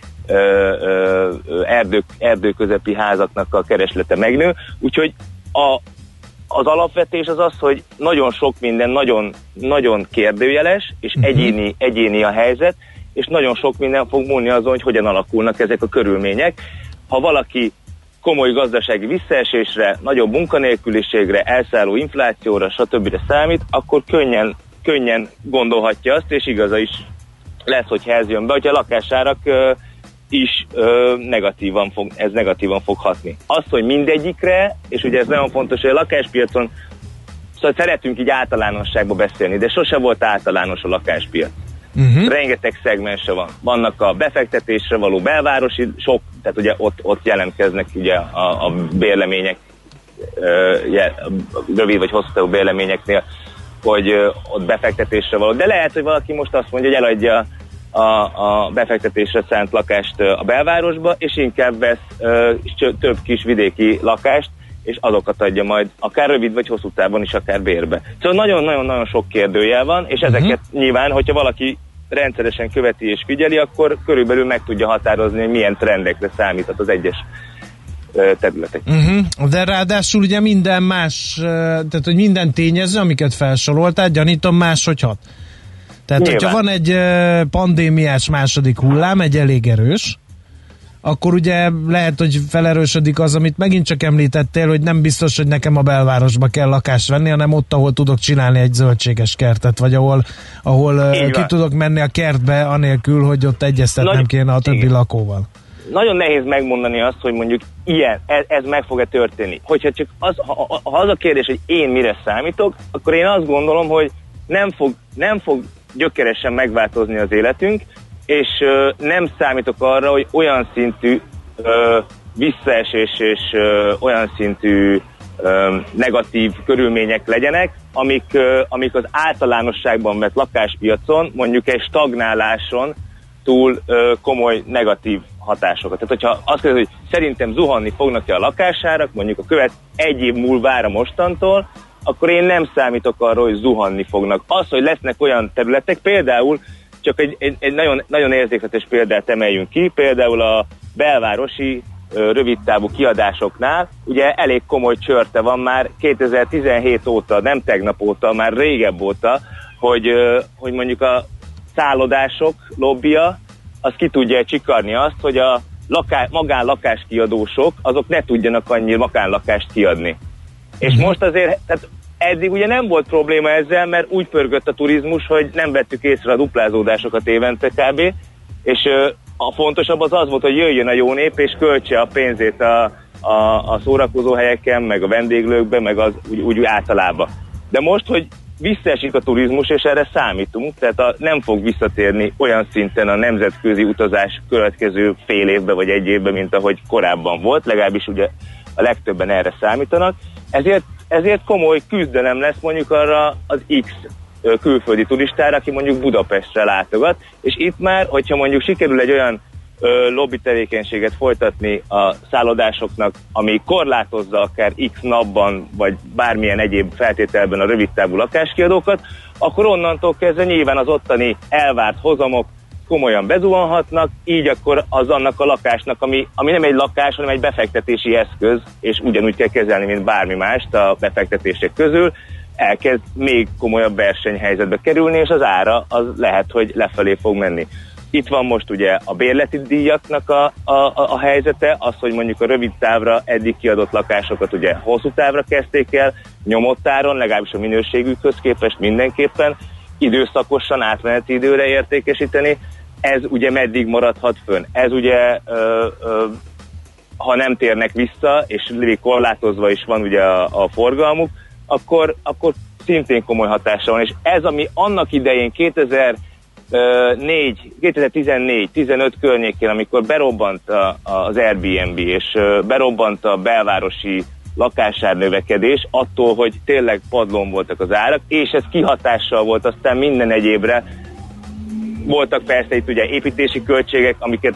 erdőközepi házaknak a kereslete megnő. Úgyhogy az alapvetés az az, hogy nagyon sok minden nagyon kérdőjeles, és egyéni a helyzet, és nagyon sok minden fog múlni azon, hogy hogyan alakulnak ezek a körülmények. Ha valaki komoly gazdasági visszaesésre, nagyobb munkanélküliségre, elszálló inflációra, stb. Számít, akkor könnyen gondolhatja azt, és igaza is lesz, hogyha ez jön be, hogyha a lakásárak is negatívan fog hatni. Az, hogy mindegyikre, és ugye ez nagyon fontos, hogy a lakáspiacon, szóval szeretünk így általánosságba beszélni, de sose volt általános a lakáspiac. Rengeteg szegmense van. Vannak a befektetésre való belvárosi sok, tehát ugye ott jelentkeznek ugye a bérlemények, rövid vagy hosszú távú bérleményeknél, hogy ott befektetésre való. De lehet, hogy valaki most azt mondja, hogy eladja a befektetésre szánt lakást a belvárosba, és inkább vesz több kis vidéki lakást, és azokat adja majd akár rövid vagy hosszú távon is, akár bérbe. Szóval nagyon-nagyon sok kérdőjel van, és ezeket nyilván, hogyha valaki rendszeresen követi és figyeli, akkor körülbelül meg tudja határozni, hogy milyen trendekre számíthat az egyes területek. De ráadásul ugye minden más, tehát hogy minden tényező, amiket felsoroltál, gyanítom máshogy hat. Tehát, hogyha van egy pandémiás második hullám, egy elég erős, akkor ugye lehet, hogy felerősödik az, amit megint csak említettél, hogy nem biztos, hogy nekem a belvárosba kell lakást venni, hanem ott, ahol tudok csinálni egy zöldséges kertet, vagy ahol ki tudok menni a kertbe, anélkül, hogy ott egyeztetnem kéne a többi lakóval. Nagyon nehéz megmondani azt, hogy mondjuk ez meg fog-e történni. Hogyha csak ha az a kérdés, hogy én mire számítok, akkor én azt gondolom, hogy nem fog gyökeresen megváltozni az életünk, és nem számítok arra, hogy olyan szintű visszaesés és olyan szintű negatív körülmények legyenek, amik az általánosságban vett lakáspiacon, mondjuk egy stagnáláson túl komoly negatív hatásokat. Tehát, hogyha azt kérdez, hogy szerintem zuhanni fognak-e a lakásárak, mondjuk egy év múlvára mostantól, akkor én nem számítok arra, hogy zuhanni fognak. Az, hogy lesznek olyan területek, például csak egy nagyon, nagyon érzékletes példát emeljünk ki, például a belvárosi rövidtávú kiadásoknál, ugye elég komoly csörte van már 2017 óta, nem tegnap óta, már régebb óta, hogy mondjuk a szállodások lobbija, az ki tudja csikarni azt, hogy a magánlakáskiadósok, azok ne tudjanak annyi magánlakást kiadni. És most azért, tehát eddig ugye nem volt probléma ezzel, mert úgy pörgött a turizmus, hogy nem vettük észre a duplázódásokat évente kb. És a fontosabb az volt, hogy jöjjön a jó nép, és költse a pénzét a szórakozóhelyeken, meg a vendéglőkben, meg az úgy általában. De most, hogy visszaesik a turizmus, és erre számítunk, tehát nem fog visszatérni olyan szinten a nemzetközi utazás következő fél évben vagy egy évben, mint ahogy korábban volt, legalábbis ugye a legtöbben erre számítanak. Ezért komoly küzdelem lesz mondjuk arra az X külföldi turistára, aki mondjuk Budapestre látogat, és itt már, hogyha mondjuk sikerül egy olyan lobby tevékenységet folytatni a szállodásoknak, ami korlátozza akár X napban, vagy bármilyen egyéb feltételben a rövidtávú lakáskiadókat, akkor onnantól kezdve nyilván az ottani elvárt hozamok komolyan bezuhanhatnak, így akkor az annak a lakásnak, ami nem egy lakás, hanem egy befektetési eszköz, és ugyanúgy kell kezelni, mint bármi mást a befektetések közül, elkezd még komolyabb versenyhelyzetbe kerülni, és az ára az lehet, hogy lefelé fog menni. Itt van most ugye a bérleti díjaknak a helyzete, az, hogy mondjuk a rövid távra eddig kiadott lakásokat ugye hosszú távra kezdték el, nyomott áron, legalábbis a minőségükhöz képest mindenképpen, időszakosan átmeneti időre értékesíteni. Ez ugye meddig maradhat fönn? Ez ugye, ha nem térnek vissza, és korlátozva is van ugye a forgalmuk, akkor szintén komoly hatása van. És ez, ami annak idején 2014-15 környékén, amikor berobbant az Airbnb, és berobbant a belvárosi lakásárnövekedés, attól, hogy tényleg padlón voltak az árak, és ez kihatással volt aztán minden egyébre. Voltak persze itt ugye építési költségek, amiket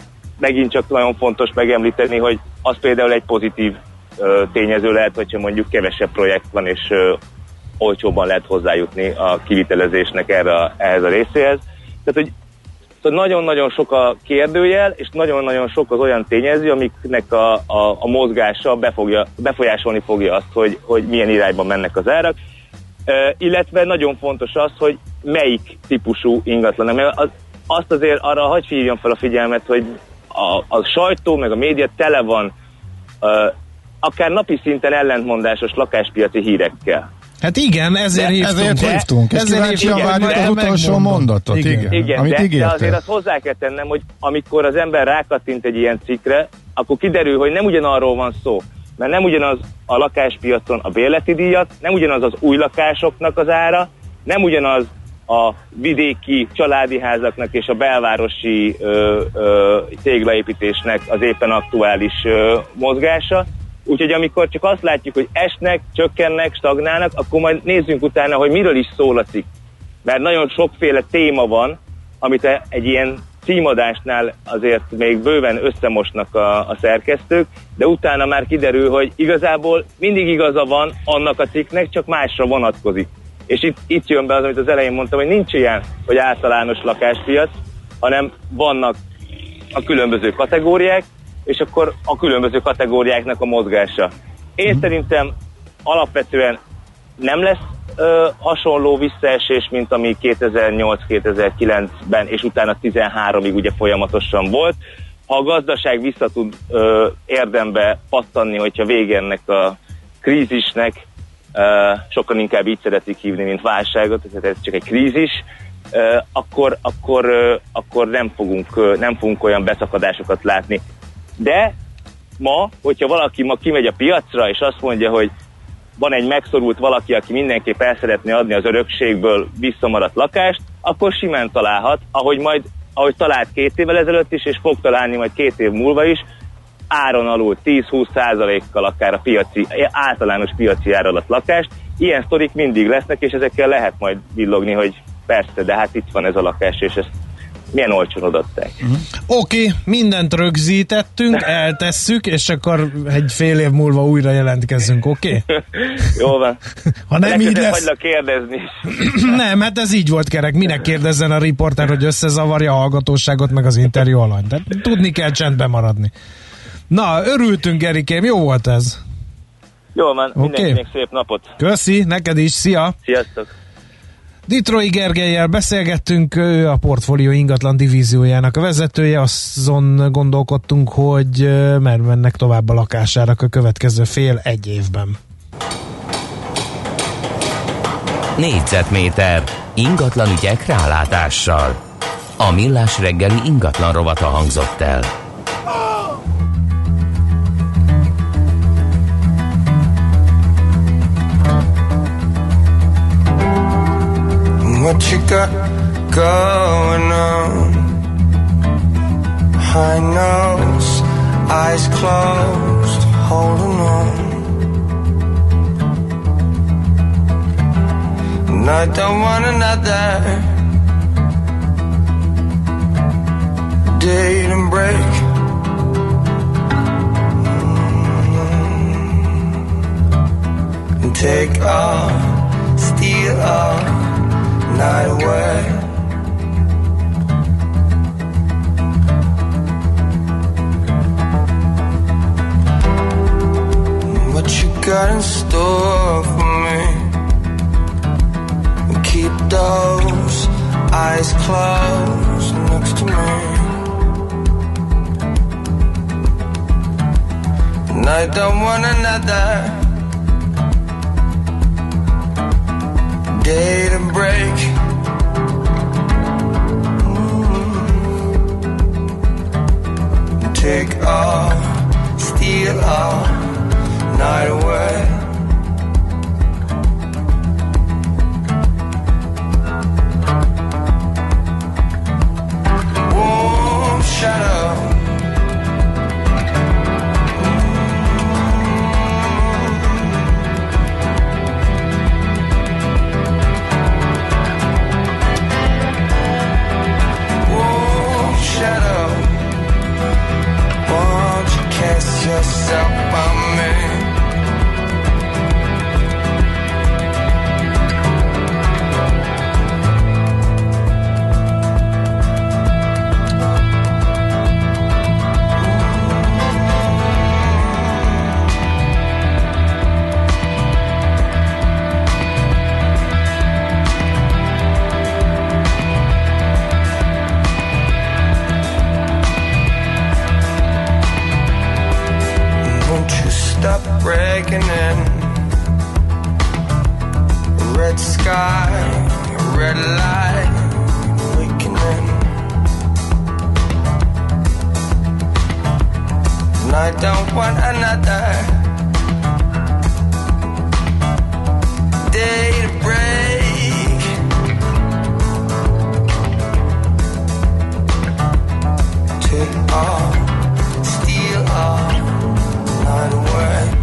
megint csak nagyon fontos megemlíteni, hogy az például egy pozitív tényező lehet, hogyha mondjuk kevesebb projekt van, és olcsóban lehet hozzájutni a kivitelezésnek ehhez a részéhez. Tehát, hogy nagyon-nagyon sok a kérdőjel, és nagyon-nagyon sok az olyan tényező, amiknek a mozgása befolyásolni fogja azt, hogy milyen irányba mennek az árak. Illetve nagyon fontos az, hogy melyik típusú ingatlan. Mert azt azért arra hadd hívjam fel a figyelmet, hogy a sajtó meg a média tele van akár napi szinten ellentmondásos lakáspiaci hírekkel. Hát igen, ezért hívtunk. Ezért várjuk az utolsó mondatot, igen, amit ígértél. De azért azt hozzá kell tennem, hogy amikor az ember rákattint egy ilyen cikkre, akkor kiderül, hogy nem ugyanarról van szó. Mert nem ugyanaz a lakáspiacon a bérleti díjak, nem ugyanaz az új lakásoknak az ára, nem ugyanaz a vidéki családi házaknak és a belvárosi téglaépítésnek az éppen aktuális mozgása. Úgyhogy amikor csak azt látjuk, hogy esnek, csökkennek, stagnálnak, akkor majd nézzünk utána, hogy miről is szól a cikk. Mert nagyon sokféle téma van, amit egy ilyen címadásnál azért még bőven összemosnak a szerkesztők, de utána már kiderül, hogy igazából mindig igaza van annak a cikknek, csak másra vonatkozik. És itt jön be az, amit az elején mondtam, hogy nincs ilyen, hogy általános lakáspiac, hanem vannak a különböző kategóriák, és akkor a különböző kategóriáknak a mozgása. Én szerintem alapvetően nem lesz hasonló visszaesés, mint ami 2008-2009-ben és utána 13-ig ugye folyamatosan volt. Ha a gazdaság vissza tud érdembe pattanni, hogyha vége ennek a krízisnek, sokan inkább így szeretik hívni, mint válságot, tehát ez csak egy krízis, akkor nem fogunk olyan beszakadásokat látni. De ma, hogyha valaki ma kimegy a piacra, és azt mondja, hogy van egy megszorult valaki, aki mindenképp el szeretné adni az örökségből visszamaradt lakást, akkor simán találhat, ahogy talált 2 évvel ezelőtt is, és fog találni majd 2 év múlva is, áron alul 10-20%-kal akár a általános piaci ár alatt lakást. Ilyen sztorik mindig lesznek, és ezekkel lehet majd villogni, hogy persze, de hát itt van ez a lakás, és ezt milyen olcsón odaadták. Oké, mindent rögzítettünk, eltesszük, és akkor egy fél év múlva újra jelentkezzünk, oké? Jó van. Ha nem így lesz... hagylak kérdezni. Nem, hát ez így volt, kerek. Minek kérdezzen a riporter, hogy összezavarja a hallgatóságot meg az interjú alany. De tudni kell csendben maradni. Na, örültünk, Erikém, jó volt ez. Jó van, mindenkinek szép napot. Köszi, neked is, szia! Sziasztok! Ditrói Gergellyel beszélgettünk, ő a Portfolio ingatlan divíziójának a vezetője, azon gondolkodtunk, hogy mert mennek tovább a lakásárak a következő fél-egy évben. Négyzetméter ingatlan ügyek rálátással. A Millás reggeli ingatlan rovata hangzott el. What you got going on? High nose, eyes closed, holding on. And I don't want another date and break. And take off, steal off night away. What you got in store for me? Keep those eyes closed next to me. And I don't want another day to break. Take all, steal all night away. Warm shadow. yourself by me. Breaking in, red sky, red light, awakening. And I don't want another day to break. Take all, steal all, night away.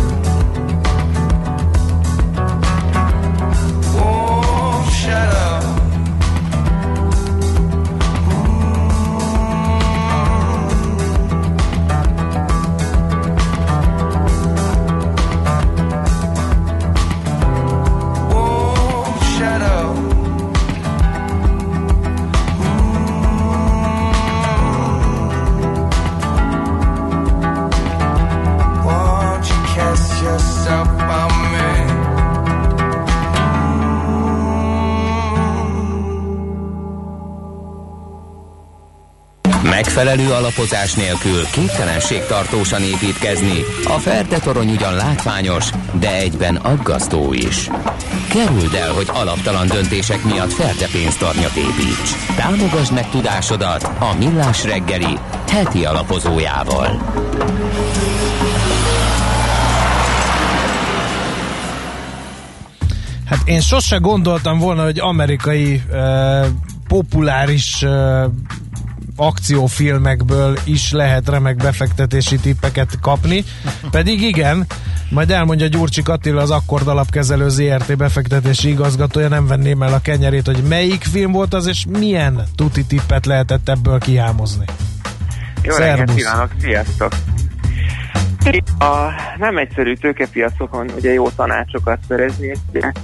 Megfelelő alapozás nélkül képtelenség tartósan építkezni. A Ferde-torony ugyan látványos, de egyben aggasztó is. Kerüld el, hogy alaptalan döntések miatt Ferde pénztarnyat építs. Támogasd meg tudásodat a Millás reggeli heti alapozójával. Hát én sose gondoltam volna, hogy amerikai populáris akciófilmekből is lehet remek befektetési tippeket kapni, pedig igen, majd elmondja Gyurcsik Attila, az Akkord Alapkezelő ZRT befektetési igazgatója, nem venném el a kenyerét, hogy melyik film volt az, és milyen tuti tippet lehetett ebből kihámozni. Jó reggelt kívánok, sziasztok! A nem egyszerű tőkepiacokon ugye jó tanácsokat szerezni,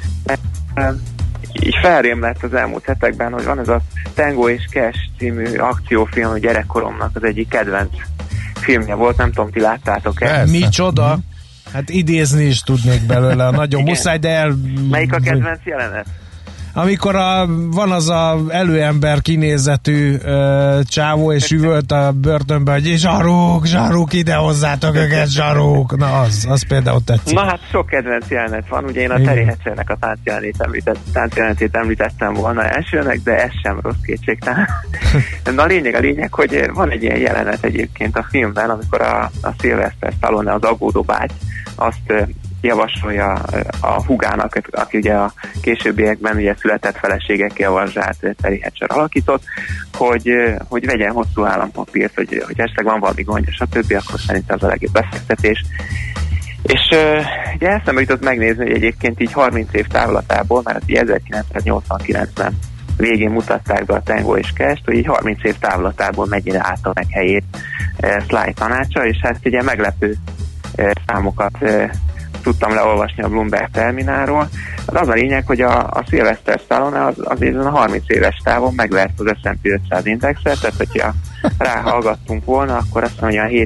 így felrém lett az elmúlt hetekben, hogy van ez a Tango és Cash című akciófilm, hogy gyerekkoromnak az egyik kedvenc filmje volt, nem tudom, ti láttátok-e? Micsoda? Hát idézni is tudnék belőle, a nagyon muszáj, de Melyik a kedvenc jelenet? Amikor van az a előember kinézetű csávó, és üvölt a börtönbe, hogy zsaruk, ide hozzátok őket, zsaruk. Na az például tetszik. Na hát sok kedvenc jelenet van, ugye én a Terry Hatchernek a táncjelenetét említettem volna elsőnek, de ez sem rossz kétségtelen. Na a lényeg, hogy van egy ilyen jelenet egyébként a filmben, amikor a Sylvester Stallone, az aggódó báty, azt javasolja a húgának, aki ugye a későbbiekben ugye született feleségek javaslát Terry Hatcher alakított, hogy vegyen hosszú állampapírt, hogy esetleg van valami gondja, stb., akkor szerintem az a legjobb befektetés. És ugye eszembe jutott megnézni, hogy egyébként így 30 év távlatából, mert 1989-ben végén mutatták be a Tango és Cash-t, hogy így 30 év távlatából mennyire állta meg helyét Sly tanácsa, és hát ugye meglepő számokat tudtam leolvasni a Bloomberg terminálról. Az a lényeg, hogy a Sylvester Stallone azért a 30 éves távon megvert az S&P 500 indexet, tehát hogyha ráhallgattunk volna, akkor azt mondja, hogy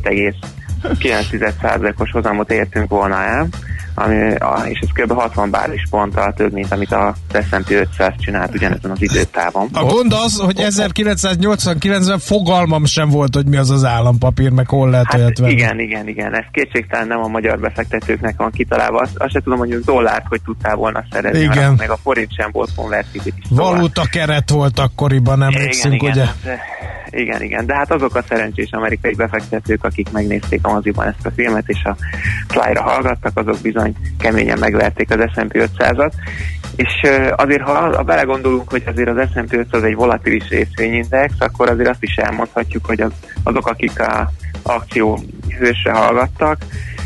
7,9%-os hozamot értünk volna el, és ez kb. 60 bázisponttal több, mint amit a S&P 500 csinált ugyanezen az időtávon. A gond az, hogy 1989-ben fogalmam sem volt, hogy mi az az állampapír, meg hol lehet olyat venni. Igen. Ez kétségtelen nem a magyar befektetőknek van kitalálva. Azt sem tudom, hogy a dollárt hogy tudtál volna szerezni, mert meg a forint sem volt konvertibilis. Valuta keret volt akkoriban, emlékszünk, ugye? Igen, de hát azok a szerencsés amerikai befektetők, akik megnézték a moziban ezt a filmet, és a Sly-ra hallgattak, azok bizony keményen megverték az S&P 500-at, és azért, ha belegondolunk, hogy azért az S&P 500 egy volatilis részvényindex, akkor azért azt is elmondhatjuk, hogy azok, akik a akció hősre hallgattak,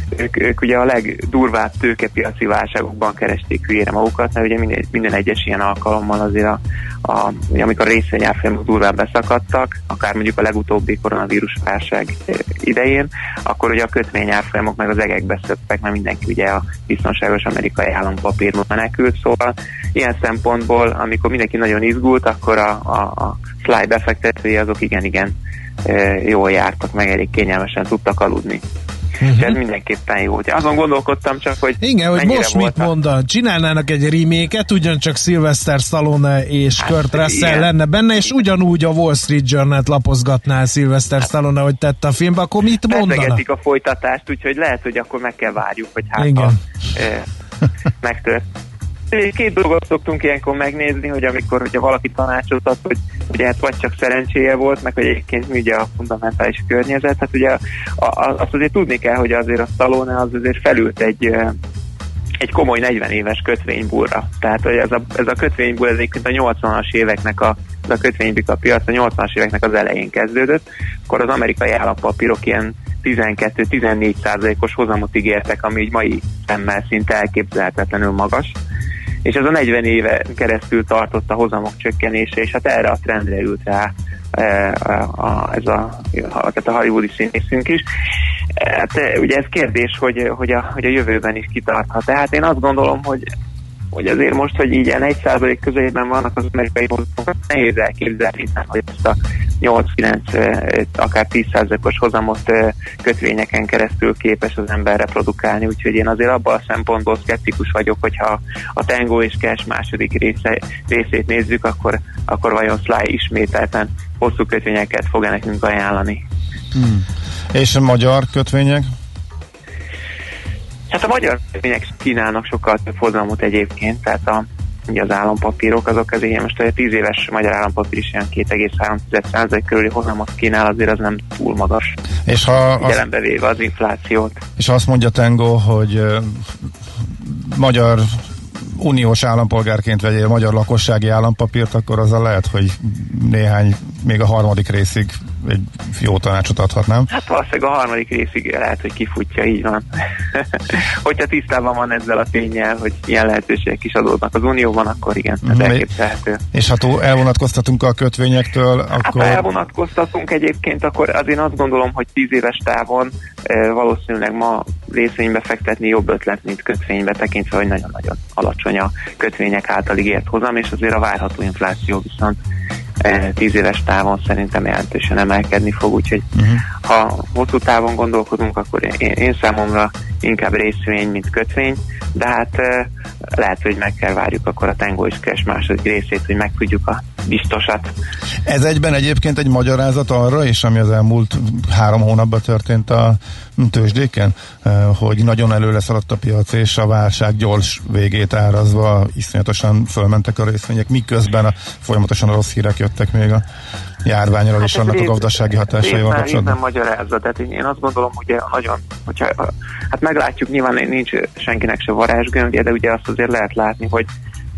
ők ugye a legdurvább tőkepiaci válságokban keresték hülyére magukat, mert ugye minden egyes ilyen alkalommal azért amikor a részvényárfolyamok durván beszakadtak, akár mondjuk a legutóbbi koronavírus válság idején, akkor ugye a kötvényárfolyamok meg az egekbe szöktek, mert mindenki ugye a biztonságos amerikai állampapírba menekült, szóval ilyen szempontból, amikor mindenki nagyon izgult, akkor a Sly befektetői azok igen jól jártak, meg elég kényelmesen tudtak aludni. És ez mindenképpen jó. Azon gondolkodtam csak, hogy igen, hogy most mit mondanak? Csinálnának egy remake-et, ugyancsak Sylvester Stallone és Kurt Russell lenne benne, és ugyanúgy a Wall Street Journal-t lapozgatná Sylvester Stallone, ahogy tette a filmbe, akkor mit mondanak? Beszélgetik a folytatást, úgyhogy lehet, hogy akkor meg kell várjuk, hogy megtört. Két dolgot szoktunk ilyenkor megnézni, hogy hogyha valaki tanácsot ad, hogy ugye hát vagy csak szerencséje volt, meg hogy egyébként mi ugye a fundamentális környezet, hát ugye azt azért tudni kell, hogy azért a Stallone az azért felült egy komoly 40 éves kötvénybullra. Tehát hogy ez a kötvénybull ez egyébként a 80-as éveknek a kötvénybika piac a 80-as éveknek az elején kezdődött, akkor az amerikai állampapírok ilyen 12-14%-os hozamot ígértek, ami így mai szemmel szinte elképzelhetetlenül magas. És ez a 40 éve keresztül tartott a hozamok csökkenése, és hát erre a trendre ült rá a hollywoodi színészünk is. Hát, ugye ez kérdés, hogy a jövőben is kitarthat. Tehát én azt gondolom, hogy azért most, hogy így 1% közelében vannak az amerikai hozamokat, nehéz elképzelni, hogy ezt a 8-9, akár 10%-os hozamot kötvényeken keresztül képes az ember reprodukálni, úgyhogy én azért abban a szempontból szkeptikus vagyok, hogyha a Tango és Cash második részét nézzük, akkor vajon Sly ismételten hosszú kötvényeket fog-e nekünk ajánlani. És a magyar kötvények? Hát a magyar kötvények kínálnak sokkal több hozamot egyébként, tehát ugye az állampapírok azok azért most a 10 éves magyar állampapír is ilyen 2,3% körüli hozamot kínál, azért az nem túl magas. És ha figyelembe véve az inflációt. És azt mondja Tango, hogy magyar uniós állampolgárként vegyél magyar lakossági állampapírt, akkor azzal lehet, hogy néhány, még a harmadik részig egy jó tanácsot adhatnám. Hát valószínűleg a harmadik részig lehet, hogy kifutja, így van. Hogyha tisztában van ezzel a tényel, hogy ilyen lehetőségek is adódnak az Unióban, akkor igen, ez elképzelhető. És ha elvonatkoztatunk a kötvényektől, akkor... Hát ha elvonatkoztatunk egyébként, akkor az én azt gondolom, hogy 10 éves távon valószínűleg ma részvénybe fektetni jobb ötlet, mint kötvénybe, tekintve, hogy nagyon-nagyon alacsony a kötvények által ígért hozam, és azért a várható infláció viszont 10 éves távon szerintem jelentősen emelkedni fog, úgyhogy ha hosszú távon gondolkodunk, akkor én számomra inkább részvény, mint kötvény, de hát lehet, hogy meg kell várjuk akkor a Tango és Cash második részét, hogy megtudjuk a biztosat. Ez egyben egyébként egy magyarázat arra is, ami az elmúlt 3 hónapban történt a tőzsdéken, hogy nagyon előre szaladt a piac, és a válság gyors végét árazva iszonyatosan fölmentek a részvények, miközben folyamatosan a rossz hírek jöttek még a járványról és annak a gazdasági hatásaival kapcsolatban. Nem magyarázat, tehát én azt gondolom, hogy nagyon, hát meglátjuk, nyilván nincs senkinek se varázsgömbje, de ugye azt azért lehet látni, hogy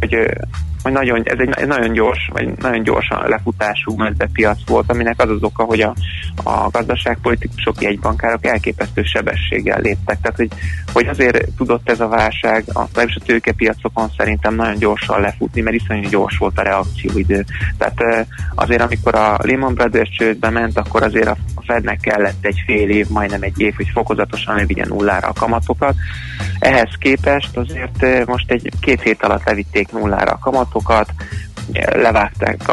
nagyon, ez egy nagyon gyors, vagy nagyon gyorsan lefutású piac volt, aminek az oka, hogy a gazdaságpolitikusok, jegybankárok elképesztő sebességgel léptek. Tehát, hogy azért tudott ez a válság, a tőkepiacokon szerintem nagyon gyorsan lefutni, mert iszonyú gyors volt a reakcióidő. Tehát azért, amikor a Lehman Brothers csődbe ment, akkor azért a Fednek kellett egy fél év, majdnem egy év, hogy fokozatosan levigye nullára a kamatokat. Ehhez képest azért most 2 hét alatt levitték nullára a kamatokat, levágták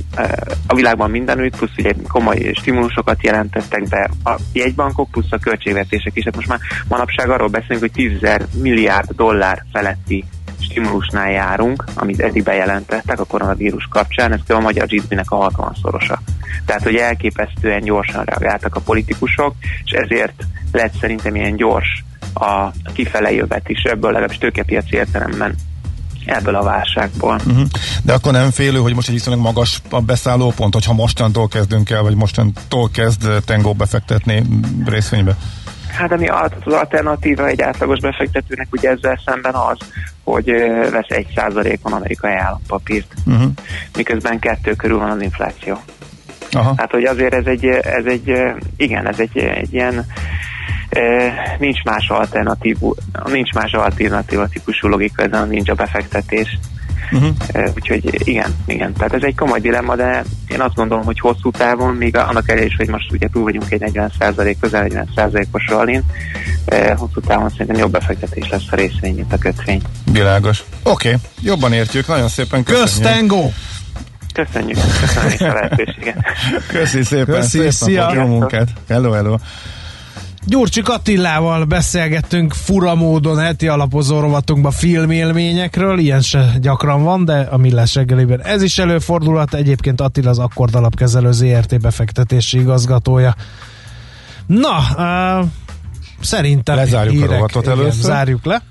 a világban mindenütt, plusz ugye komoly stimulusokat jelentettek be a jegybankok, plusz a költségvetések is. Hát most már manapság arról beszélünk, hogy 10 milliárd dollár feletti stimulusnál járunk, amit eddig bejelentettek a koronavírus kapcsán, ez a magyar GDP-nek a 60-szorosa. Tehát, hogy elképesztően gyorsan reagáltak a politikusok, és ezért lett szerintem ilyen gyors a kifele jövet is ebből, legalábbis tőkepiaci értelemben ebből a válságból. De akkor nem félő, hogy most egy viszonylag magas a beszállópont, hogyha mostantól kezdünk el, vagy mostantól kezd Tango befektetni részvénybe? Hát ami az alternatíva egy átlagos befektetőnek ugye ezzel szemben az, hogy vesz 1%-on amerikai állampapírt, miközben 2 körül van az infláció. Hát, hogy azért ez egy ilyen Nincs más alternatíva típusú logika, ez a ninja befektetés. Úgyhogy igen, tehát ez egy komoly dilemma, de én azt gondolom, hogy hosszú távon, még annak ellenére is, hogy most ugye túl vagyunk egy 40%, közel 40%-os rallin, hosszú távon szerintem jobb befektetés lesz a részvény, mint a kötvény. Világos. Oké, jobban értjük, nagyon szépen köszönjük. Köztengó! Köszönjük a lehetőséget. Köszi szépen, Köszi, szia! Jó munkát. Hello. Gyurcsik Attilával beszélgettünk fura módon heti alapozó rovatunkban filmélményekről, ilyen se gyakran van, de a Millás reggeliben ez is előfordulhat. Egyébként Attila az Akkord Alapkezelő ZRT befektetési igazgatója. Na, szerintem lezárjuk a rovatot először. Igen, zárjuk le.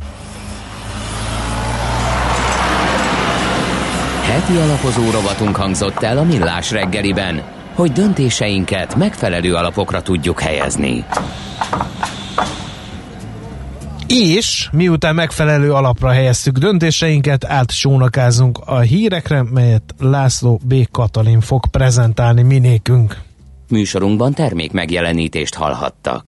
Heti alapozó rovatunk hangzott el a Millás reggeliben, hogy döntéseinket megfelelő alapokra tudjuk helyezni. És miután megfelelő alapra helyeztük döntéseinket, átsónakázunk a hírekre, melyet László B. Katalin fog prezentálni minékünk. Műsorunkban termék megjelenítést hallhattak.